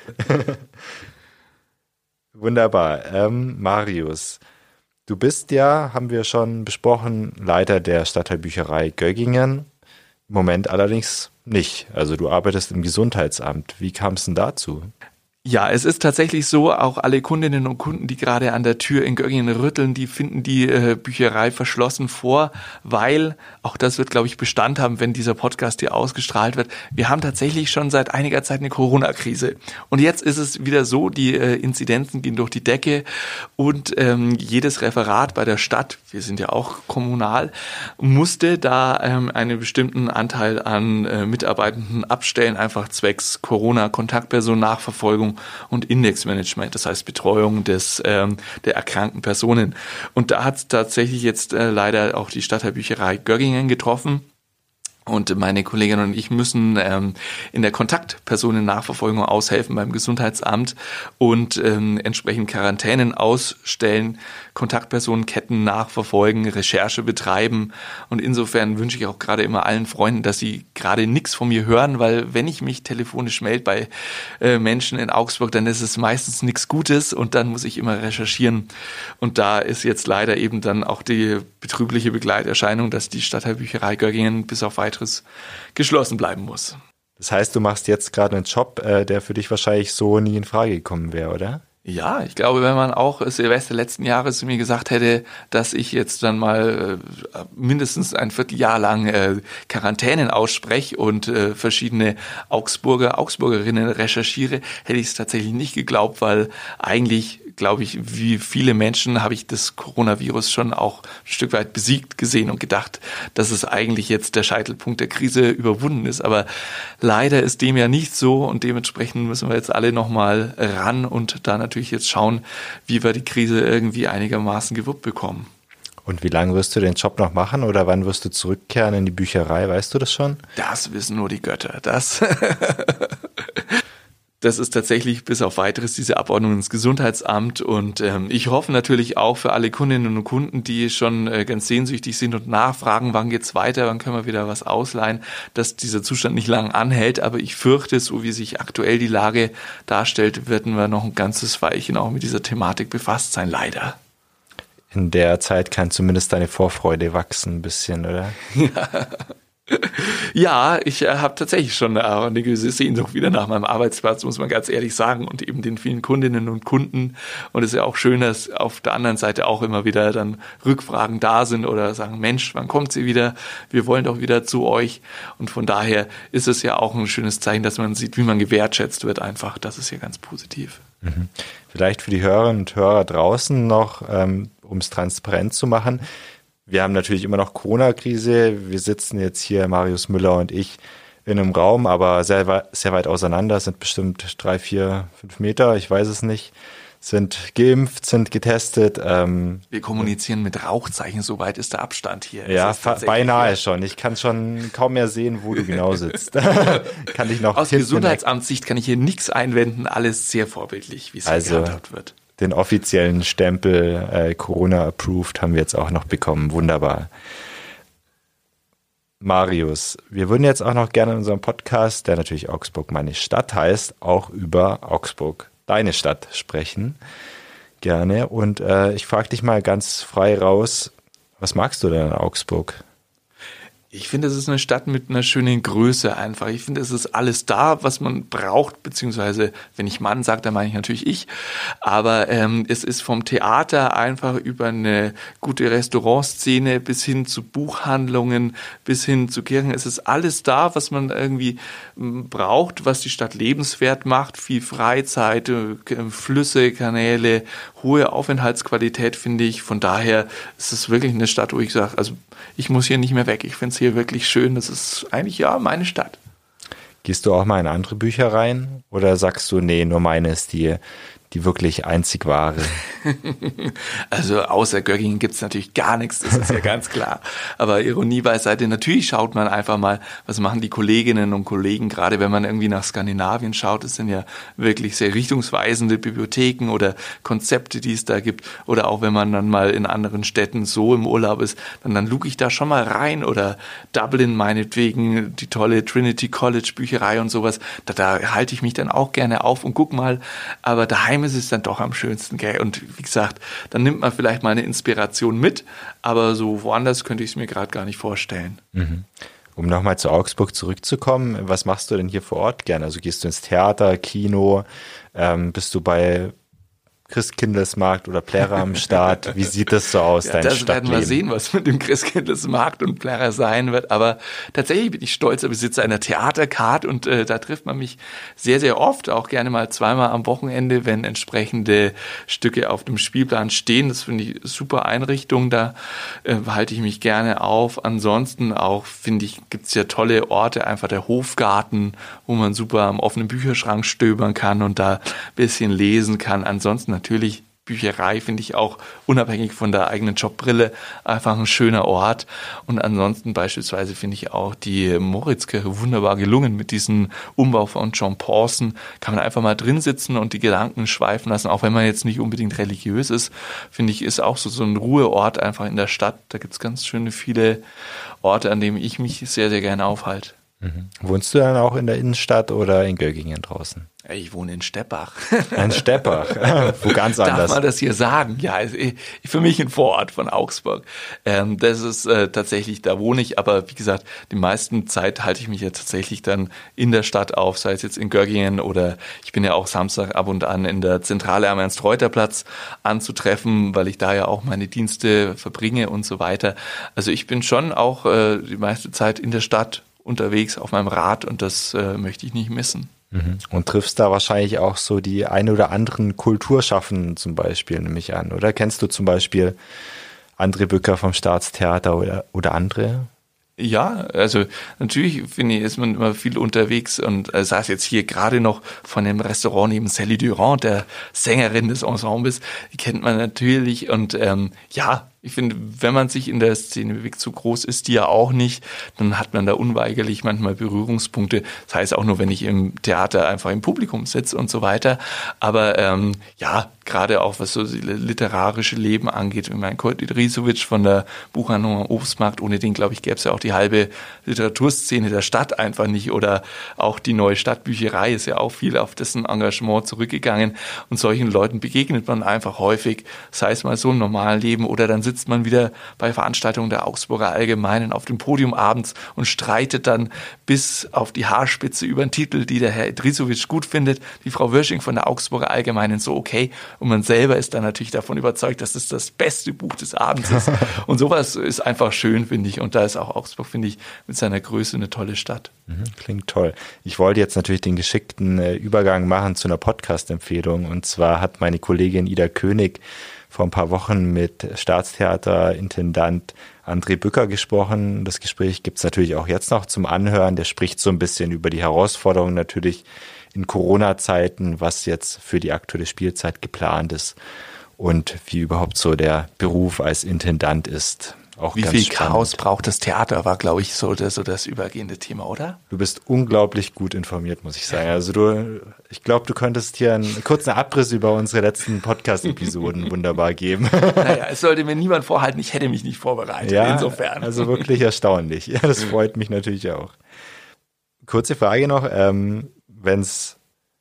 Wunderbar. Marius, du bist ja, haben wir schon besprochen, Leiter der Stadtteilbücherei Göggingen. Im Moment allerdings nicht. Also du arbeitest im Gesundheitsamt. Wie kam es denn dazu? Ja, es ist tatsächlich so, auch alle Kundinnen und Kunden, die gerade an der Tür in Göggingen rütteln, die finden die Bücherei verschlossen vor, weil, auch das wird, glaube ich, Bestand haben, wenn dieser Podcast hier ausgestrahlt wird, wir haben tatsächlich schon seit einiger Zeit eine Corona-Krise. Und jetzt ist es wieder so, die Inzidenzen gehen durch die Decke und jedes Referat bei der Stadt, wir sind ja auch kommunal, musste da einen bestimmten Anteil an Mitarbeitenden abstellen, einfach zwecks Corona-Kontaktperson-Nachverfolgung und Indexmanagement, das heißt Betreuung der erkrankten Personen. Und da hat es tatsächlich jetzt leider auch die Stadtteilbücherei Göggingen getroffen. Und meine Kollegin und ich müssen in der Kontaktpersonennachverfolgung aushelfen beim Gesundheitsamt und entsprechend Quarantänen ausstellen, Kontaktpersonenketten nachverfolgen, Recherche betreiben. Und insofern wünsche ich auch gerade immer allen Freunden, dass sie gerade nichts von mir hören, weil wenn ich mich telefonisch melde bei Menschen in Augsburg, dann ist es meistens nichts Gutes und dann muss ich immer recherchieren. Und da ist jetzt leider eben dann auch die betrübliche Begleiterscheinung, dass die Stadtteilbücherei Göggingen bis auf weiteres geschlossen bleiben muss. Das heißt, du machst jetzt gerade einen Job, der für dich wahrscheinlich so nie in Frage gekommen wäre, oder? Ja, ich glaube, wenn man auch Silvester letzten Jahres zu mir gesagt hätte, dass ich jetzt dann mal mindestens ein Vierteljahr lang Quarantänen ausspreche und verschiedene Augsburgerinnen recherchiere, hätte ich es tatsächlich nicht geglaubt, weil eigentlich, glaube ich, wie viele Menschen habe ich das Coronavirus schon auch ein Stück weit besiegt gesehen und gedacht, dass es eigentlich jetzt der Scheitelpunkt der Krise überwunden ist. Aber leider ist dem ja nicht so und dementsprechend müssen wir jetzt alle nochmal ran und da natürlich jetzt schauen, wie wir die Krise irgendwie einigermaßen gewuppt bekommen. Und wie lange wirst du den Job noch machen oder wann wirst du zurückkehren in die Bücherei? Weißt du das schon? Das wissen nur die Götter. Das Das ist tatsächlich bis auf Weiteres diese Abordnung ins Gesundheitsamt und ich hoffe natürlich auch für alle Kundinnen und Kunden, die schon ganz sehnsüchtig sind und nachfragen, wann geht's weiter, wann können wir wieder was ausleihen, dass dieser Zustand nicht lang anhält, aber ich fürchte, so wie sich aktuell die Lage darstellt, werden wir noch ein ganzes Weilchen auch mit dieser Thematik befasst sein, leider. In der Zeit kann zumindest deine Vorfreude wachsen ein bisschen, oder? Ja, ich habe tatsächlich schon eine gewisse Sehnsucht wieder nach meinem Arbeitsplatz, muss man ganz ehrlich sagen, und eben den vielen Kundinnen und Kunden. Und es ist ja auch schön, dass auf der anderen Seite auch immer wieder dann Rückfragen da sind oder sagen, Mensch, wann kommt sie wieder? Wir wollen doch wieder zu euch. Und von daher ist es ja auch ein schönes Zeichen, dass man sieht, wie man gewertschätzt wird einfach. Das ist ja ganz positiv. Mhm. Vielleicht für die Hörerinnen und Hörer draußen noch, um es transparent zu machen. Wir haben natürlich immer noch Corona-Krise. Wir sitzen jetzt hier, Marius Müller und ich, in einem Raum, aber sehr weit auseinander, sind bestimmt 3, 4, 5 Meter, ich weiß es nicht, sind geimpft, sind getestet. Wir kommunizieren mit Rauchzeichen, so weit ist der Abstand hier. Ja, beinahe schon. Ich kann schon kaum mehr sehen, wo du genau sitzt. Kann ich noch aus Gesundheitsamtssicht kann ich hier nichts einwenden, alles sehr vorbildlich, wie es hier gehandhabt wird. Den offiziellen Stempel Corona-approved haben wir jetzt auch noch bekommen. Wunderbar. Marius, wir würden jetzt auch noch gerne in unserem Podcast, der natürlich Augsburg meine Stadt heißt, auch über Augsburg, deine Stadt, sprechen. Gerne. Und ich frage dich mal ganz frei raus, was magst du denn an Augsburg? Ich finde, es ist eine Stadt mit einer schönen Größe einfach. Ich finde, es ist alles da, was man braucht, beziehungsweise, wenn ich Mann sage, dann meine ich natürlich ich. Aber es ist vom Theater einfach über eine gute Restaurantszene bis hin zu Buchhandlungen, bis hin zu Kirchen. Es ist alles da, was man irgendwie braucht, was die Stadt lebenswert macht. Viel Freizeit, Flüsse, Kanäle, hohe Aufenthaltsqualität, finde ich. Von daher ist es wirklich eine Stadt, wo ich sage, also ich muss hier nicht mehr weg. Ich finde es hier wirklich schön. Das ist eigentlich, ja, meine Stadt. Gehst du auch mal in andere Büchereien oder sagst du, nee, nur meine ist die wirklich einzig wahre? Also außer Göggingen gibt's natürlich gar nichts, das ist ja ganz klar. Aber Ironie beiseite, natürlich schaut man einfach mal, was machen die Kolleginnen und Kollegen, gerade wenn man irgendwie nach Skandinavien schaut. Es sind ja wirklich sehr richtungsweisende Bibliotheken oder Konzepte, die es da gibt. Oder auch wenn man dann mal in anderen Städten so im Urlaub ist, dann luge ich da schon mal rein. Oder Dublin meinetwegen, die tolle Trinity College Bücherei und sowas. Da halte ich mich dann auch gerne auf und guck mal. Aber daheim ist es dann doch am schönsten, gell? Und wie gesagt, dann nimmt man vielleicht mal eine Inspiration mit, aber so woanders könnte ich es mir gerade gar nicht vorstellen. Mhm. Um nochmal zu Augsburg zurückzukommen, was machst du denn hier vor Ort gerne? Also gehst du ins Theater, Kino, bist du bei Christkindlesmarkt oder Plärrer am Start? Wie sieht das so aus, dein das Stadtleben? werden wir sehen, was mit dem Christkindlesmarkt und Plärrer sein wird. Aber tatsächlich bin ich stolzer Besitzer einer Theatercard und da trifft man mich sehr, sehr oft, auch gerne mal zweimal am Wochenende, wenn entsprechende Stücke auf dem Spielplan stehen. Das finde ich super Einrichtung, da halte ich mich gerne auf. Ansonsten auch, finde ich, gibt's ja tolle Orte, einfach der Hofgarten, wo man super am offenen Bücherschrank stöbern kann und da ein bisschen lesen kann. Ansonsten natürlich Bücherei finde ich auch unabhängig von der eigenen Jobbrille einfach ein schöner Ort. Und ansonsten beispielsweise finde ich auch die Moritzkirche wunderbar gelungen mit diesem Umbau von John Pawson. Kann man einfach mal drin sitzen und die Gedanken schweifen lassen, auch wenn man jetzt nicht unbedingt religiös ist. Finde ich, ist auch so ein Ruheort einfach in der Stadt. Da gibt es ganz schöne viele Orte, an denen ich mich sehr, sehr gerne aufhalte. Mhm. Wohnst du dann auch in der Innenstadt oder in Göggingen draußen? Ich wohne in Steppach. In Steppach, wo ganz anders. Darf man das hier sagen? Ja, für mich ein Vorort von Augsburg. Das ist tatsächlich, da wohne ich, aber wie gesagt, die meisten Zeit halte ich mich ja tatsächlich dann in der Stadt auf, sei es jetzt in Göggingen oder ich bin ja auch Samstag ab und an in der Zentrale am Ernst-Reuter-Platz anzutreffen, weil ich da ja auch meine Dienste verbringe und so weiter. Also ich bin schon auch die meiste Zeit in der Stadt unterwegs auf meinem Rad und das möchte ich nicht missen. Und triffst da wahrscheinlich auch so die ein oder anderen Kulturschaffenden zum Beispiel, nehme ich an, oder? Kennst du zum Beispiel André Bücker vom Staatstheater oder andere? Ja, also natürlich finde ich, ist man immer viel unterwegs und saß jetzt hier gerade noch von dem Restaurant neben Sally Durand, der Sängerin des Ensembles, die kennt man natürlich und ja, Ich finde, wenn man sich in der Szene bewegt, so groß ist die ja auch nicht, dann hat man da unweigerlich manchmal Berührungspunkte. Das heißt auch nur, wenn ich im Theater einfach im Publikum sitze und so weiter. Aber gerade auch was so das literarische Leben angeht. Ich meine, Kurt Idrisovic von der Buchhandlung Obstmarkt, ohne den, glaube ich, gäbe es ja auch die halbe Literaturszene der Stadt einfach nicht. Oder auch die neue Stadtbücherei ist ja auch viel auf dessen Engagement zurückgegangen. Und solchen Leuten begegnet man einfach häufig, sei es mal so im normalen Leben oder dann sitzt man wieder bei Veranstaltungen der Augsburger Allgemeinen auf dem Podium abends und streitet dann bis auf die Haarspitze über einen Titel, die der Herr Idrisovic gut findet, die Frau Wirsching von der Augsburger Allgemeinen so okay. Und man selber ist dann natürlich davon überzeugt, dass es das beste Buch des Abends ist. Und sowas ist einfach schön, finde ich. Und da ist auch Augsburg, finde ich, mit seiner Größe eine tolle Stadt. Klingt toll. Ich wollte jetzt natürlich den geschickten Übergang machen zu einer Podcast-Empfehlung. Und zwar hat meine Kollegin Ida König vor ein paar Wochen mit Staatstheaterintendant André Bücker gesprochen. Das Gespräch gibt es natürlich auch jetzt noch zum Anhören. Der spricht so ein bisschen über die Herausforderungen natürlich in Corona-Zeiten, was jetzt für die aktuelle Spielzeit geplant ist und wie überhaupt so der Beruf als Intendant ist. Auch wie ganz viel spannend. Chaos braucht das Theater, war, glaube ich, so das übergehende Thema, oder? Du bist unglaublich gut informiert, muss ich sagen. Also ich glaube, du könntest hier einen kurzen Abriss über unsere letzten Podcast-Episoden wunderbar geben. Naja, es sollte mir niemand vorhalten, ich hätte mich nicht vorbereitet, ja, insofern. Also wirklich erstaunlich. Ja, das freut mich natürlich auch. Kurze Frage noch, wenn es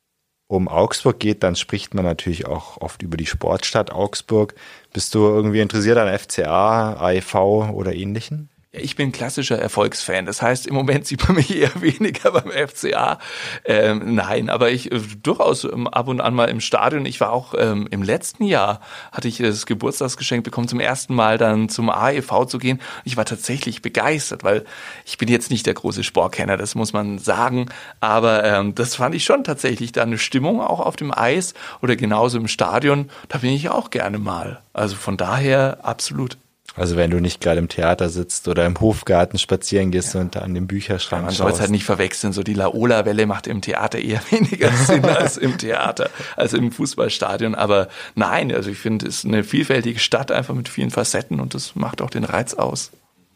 um Augsburg geht, dann spricht man natürlich auch oft über die Sportstadt Augsburg. Bist du irgendwie interessiert an FCA, AEV oder Ähnlichen? Ja, ich bin klassischer Erfolgsfan. Das heißt, im Moment sieht man mich eher weniger beim FCA. Nein, aber ich durchaus ab und an mal im Stadion. Ich war auch im letzten Jahr, hatte ich das Geburtstagsgeschenk bekommen, zum ersten Mal dann zum AEV zu gehen. Ich war tatsächlich begeistert, weil ich bin jetzt nicht der große Sportkenner, das muss man sagen. Aber das fand ich schon tatsächlich da eine Stimmung auch auf dem Eis oder genauso im Stadion. Da bin ich auch gerne mal. Also von daher absolut. Also wenn du nicht gerade im Theater sitzt oder im Hofgarten spazieren gehst und an dem Bücherschrank man schaust. soll es halt nicht verwechseln, so die Laola-Welle macht im Theater eher weniger Sinn als im Theater, als im Fußballstadion. Aber nein, also ich finde, es ist eine vielfältige Stadt, einfach mit vielen Facetten und das macht auch den Reiz aus.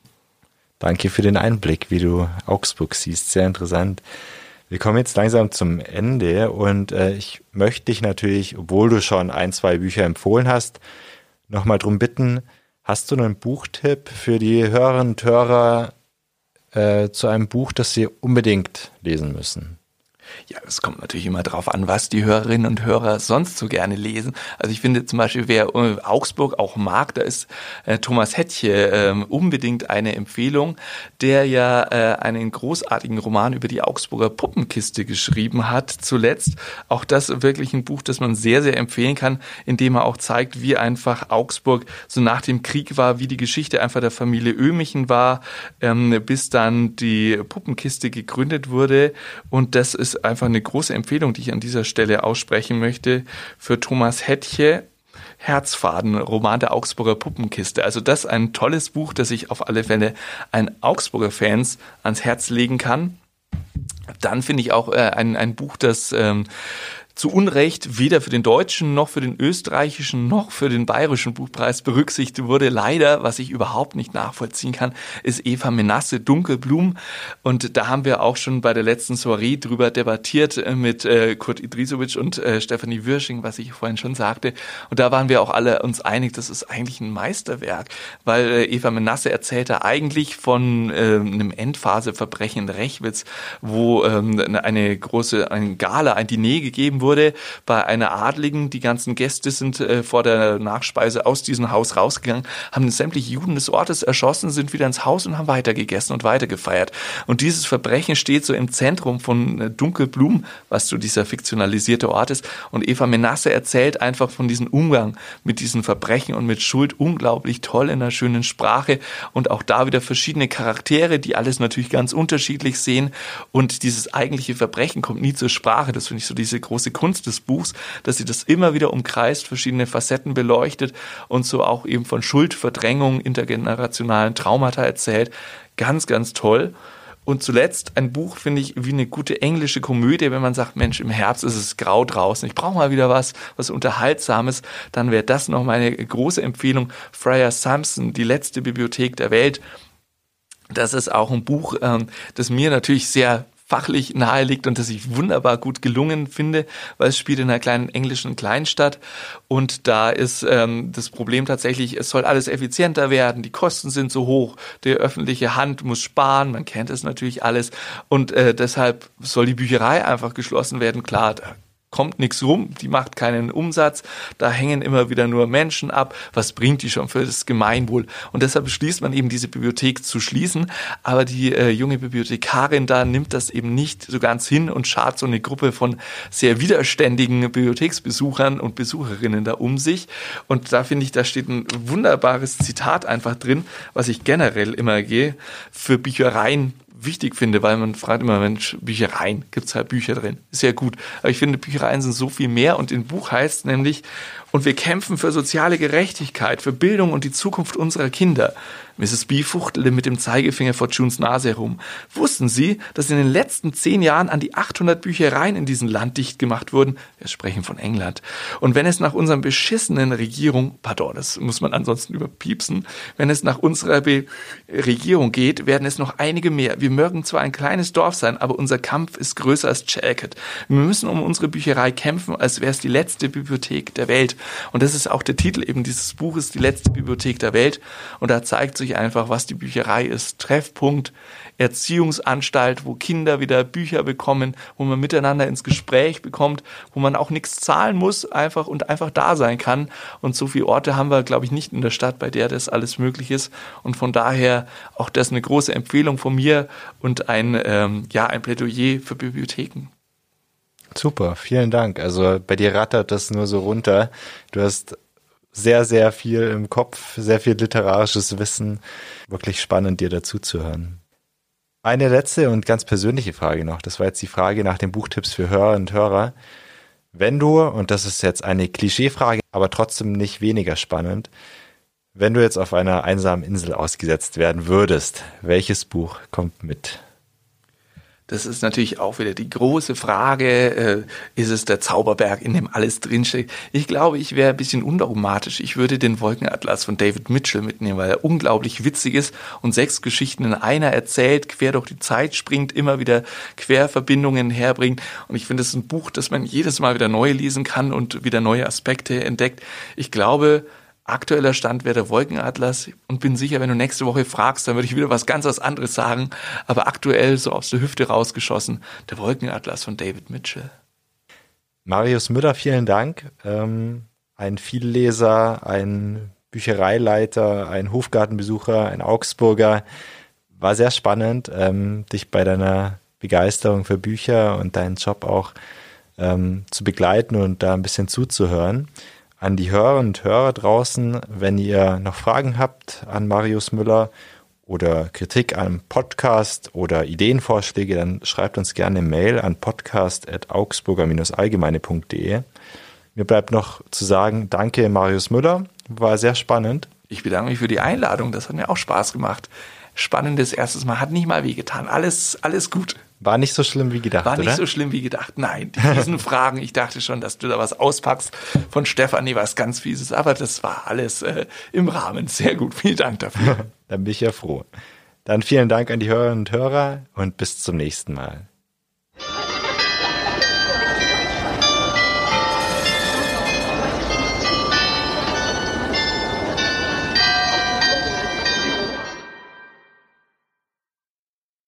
Danke für den Einblick, wie du Augsburg siehst, sehr interessant. Wir kommen jetzt langsam zum Ende und ich möchte dich natürlich, obwohl du schon 1-2 Bücher empfohlen hast, nochmal drum bitten, hast du einen Buchtipp für die Hörerinnen und Hörer zu einem Buch, das sie unbedingt lesen müssen? Ja, es kommt natürlich immer drauf an, was die Hörerinnen und Hörer sonst so gerne lesen. Also ich finde zum Beispiel, wer Augsburg auch mag, da ist Thomas Hettche unbedingt eine Empfehlung, der ja einen großartigen Roman über die Augsburger Puppenkiste geschrieben hat zuletzt. Auch das wirklich ein Buch, das man sehr, sehr empfehlen kann, indem er auch zeigt, wie einfach Augsburg so nach dem Krieg war, wie die Geschichte einfach der Familie Oehmichen war, bis dann die Puppenkiste gegründet wurde. Und das ist einfach eine große Empfehlung, die ich an dieser Stelle aussprechen möchte, für Thomas Hettche. Herzfaden, Roman der Augsburger Puppenkiste. Also das ist ein tolles Buch, das ich auf alle Fälle allen Augsburger Fans ans Herz legen kann. Dann finde ich auch ein Buch, das zu Unrecht weder für den deutschen noch für den österreichischen noch für den bayerischen Buchpreis berücksichtigt wurde. Leider, was ich überhaupt nicht nachvollziehen kann, ist Eva Menasse, Dunkelblumen. Und da haben wir auch schon bei der letzten Soiree drüber debattiert mit Kurt Idrisovic und Stefanie Wirsching, was ich vorhin schon sagte. Und da waren wir auch alle uns einig, das ist eigentlich ein Meisterwerk, weil Eva Menasse erzählt da eigentlich von einem Endphaseverbrechen in Rechwitz, wo eine Gala, ein Diner gegeben wurde bei einer Adligen. Die ganzen Gäste sind vor der Nachspeise aus diesem Haus rausgegangen, haben sämtliche Juden des Ortes erschossen, sind wieder ins Haus und haben weitergegessen und weitergefeiert. Und dieses Verbrechen steht so im Zentrum von Dunkelblumen, was so dieser fiktionalisierte Ort ist. Und Eva Menasse erzählt einfach von diesem Umgang mit diesen Verbrechen und mit Schuld unglaublich toll in einer schönen Sprache und auch da wieder verschiedene Charaktere, die alles natürlich ganz unterschiedlich sehen und dieses eigentliche Verbrechen kommt nie zur Sprache. Das finde ich so diese große Kunst des Buchs, dass sie das immer wieder umkreist, verschiedene Facetten beleuchtet und so auch eben von Schuld, Verdrängung, intergenerationalen Traumata erzählt. Ganz, ganz toll. Und zuletzt ein Buch, finde ich, wie eine gute englische Komödie, wenn man sagt, Mensch, im Herbst ist es grau draußen, ich brauche mal wieder was Unterhaltsames, dann wäre das noch meine große Empfehlung. Friar Sampson, die letzte Bibliothek der Welt. Das ist auch ein Buch, das mir natürlich sehr fachlich nahe liegt und das ich wunderbar gut gelungen finde, weil es spielt in einer kleinen englischen Kleinstadt und da ist das Problem tatsächlich, es soll alles effizienter werden, die Kosten sind so hoch, die öffentliche Hand muss sparen, man kennt es natürlich alles und deshalb soll die Bücherei einfach geschlossen werden, klar, da kommt nichts rum, die macht keinen Umsatz, da hängen immer wieder nur Menschen ab, was bringt die schon für das Gemeinwohl? Und deshalb beschließt man eben, diese Bibliothek zu schließen, aber die junge Bibliothekarin da nimmt das eben nicht so ganz hin und schart so eine Gruppe von sehr widerständigen Bibliotheksbesuchern und Besucherinnen da um sich und da finde ich, da steht ein wunderbares Zitat einfach drin, was ich generell immer für Büchereien wichtig finde, weil man fragt immer, Mensch, Büchereien, gibt's halt Bücher drin, ist ja gut. Aber ich finde, Büchereien sind so viel mehr und im Buch heißt es nämlich, und wir kämpfen für soziale Gerechtigkeit, für Bildung und die Zukunft unserer Kinder. Mrs. B fuchtelte mit dem Zeigefinger vor Junes Nase herum. Wussten Sie, dass in den letzten 10 Jahren an die 800 Büchereien in diesem Land dicht gemacht wurden? Wir sprechen von England. Und wenn es nach unserer beschissenen Regierung, das muss man ansonsten überpiepsen, wenn es nach unserer Regierung geht, werden es noch einige mehr. Wir mögen zwar ein kleines Dorf sein, aber unser Kampf ist größer als Chalkett. Wir müssen um unsere Bücherei kämpfen, als wäre es die letzte Bibliothek der Welt. Und das ist auch der Titel eben dieses Buches, die letzte Bibliothek der Welt. Und da zeigt sich einfach, was die Bücherei ist. Treffpunkt, Erziehungsanstalt, wo Kinder wieder Bücher bekommen, wo man miteinander ins Gespräch bekommt, wo man auch nichts zahlen muss, einfach da sein kann. Und so viele Orte haben wir, glaube ich, nicht in der Stadt, bei der das alles möglich ist. Und von daher auch das eine große Empfehlung von mir und ein Plädoyer für Bibliotheken. Super, vielen Dank. Also bei dir rattert das nur so runter. Du hast sehr, sehr viel im Kopf, sehr viel literarisches Wissen. Wirklich spannend, dir dazu zu hören. Eine letzte und ganz persönliche Frage noch. Das war jetzt die Frage nach den Buchtipps für Hörer und Hörer. Wenn du, und das ist jetzt eine Klischeefrage, aber trotzdem nicht weniger spannend, wenn du jetzt auf einer einsamen Insel ausgesetzt werden würdest, welches Buch kommt mit? Das ist natürlich auch wieder die große Frage, ist es der Zauberberg, in dem alles drinsteckt? Ich glaube, ich wäre ein bisschen undogmatisch. Ich würde den Wolkenatlas von David Mitchell mitnehmen, weil er unglaublich witzig ist und 6 Geschichten in einer erzählt, quer durch die Zeit springt, immer wieder Querverbindungen herbringt. Und ich finde, es ist ein Buch, das man jedes Mal wieder neu lesen kann und wieder neue Aspekte entdeckt. Ich glaube, aktueller Stand wäre der Wolkenatlas und bin sicher, wenn du nächste Woche fragst, dann würde ich wieder was ganz anderes sagen. Aber aktuell so aus der Hüfte rausgeschossen, der Wolkenatlas von David Mitchell. Marius Müller, vielen Dank. Ein Vielleser, ein Büchereileiter, ein Hofgartenbesucher, ein Augsburger. War sehr spannend, dich bei deiner Begeisterung für Bücher und deinen Job auch zu begleiten und da ein bisschen zuzuhören. An die Hörerinnen und Hörer draußen, wenn ihr noch Fragen habt an Marius Müller oder Kritik am Podcast oder Ideenvorschläge, dann schreibt uns gerne eine Mail an podcast@augsburger-allgemeine.de. Mir bleibt noch zu sagen, danke Marius Müller, war sehr spannend. Ich bedanke mich für die Einladung, das hat mir auch Spaß gemacht. Spannendes erstes Mal, hat nicht mal wehgetan, alles gut. War nicht so schlimm wie gedacht, War nicht oder? so schlimm wie gedacht, nein. Diesen Fragen, ich dachte schon, dass du da was auspackst von Stefanie, was ganz Fieses, aber das war alles im Rahmen. Sehr gut, vielen Dank dafür. Dann bin ich ja froh. Dann vielen Dank an die Hörerinnen und Hörer und bis zum nächsten Mal.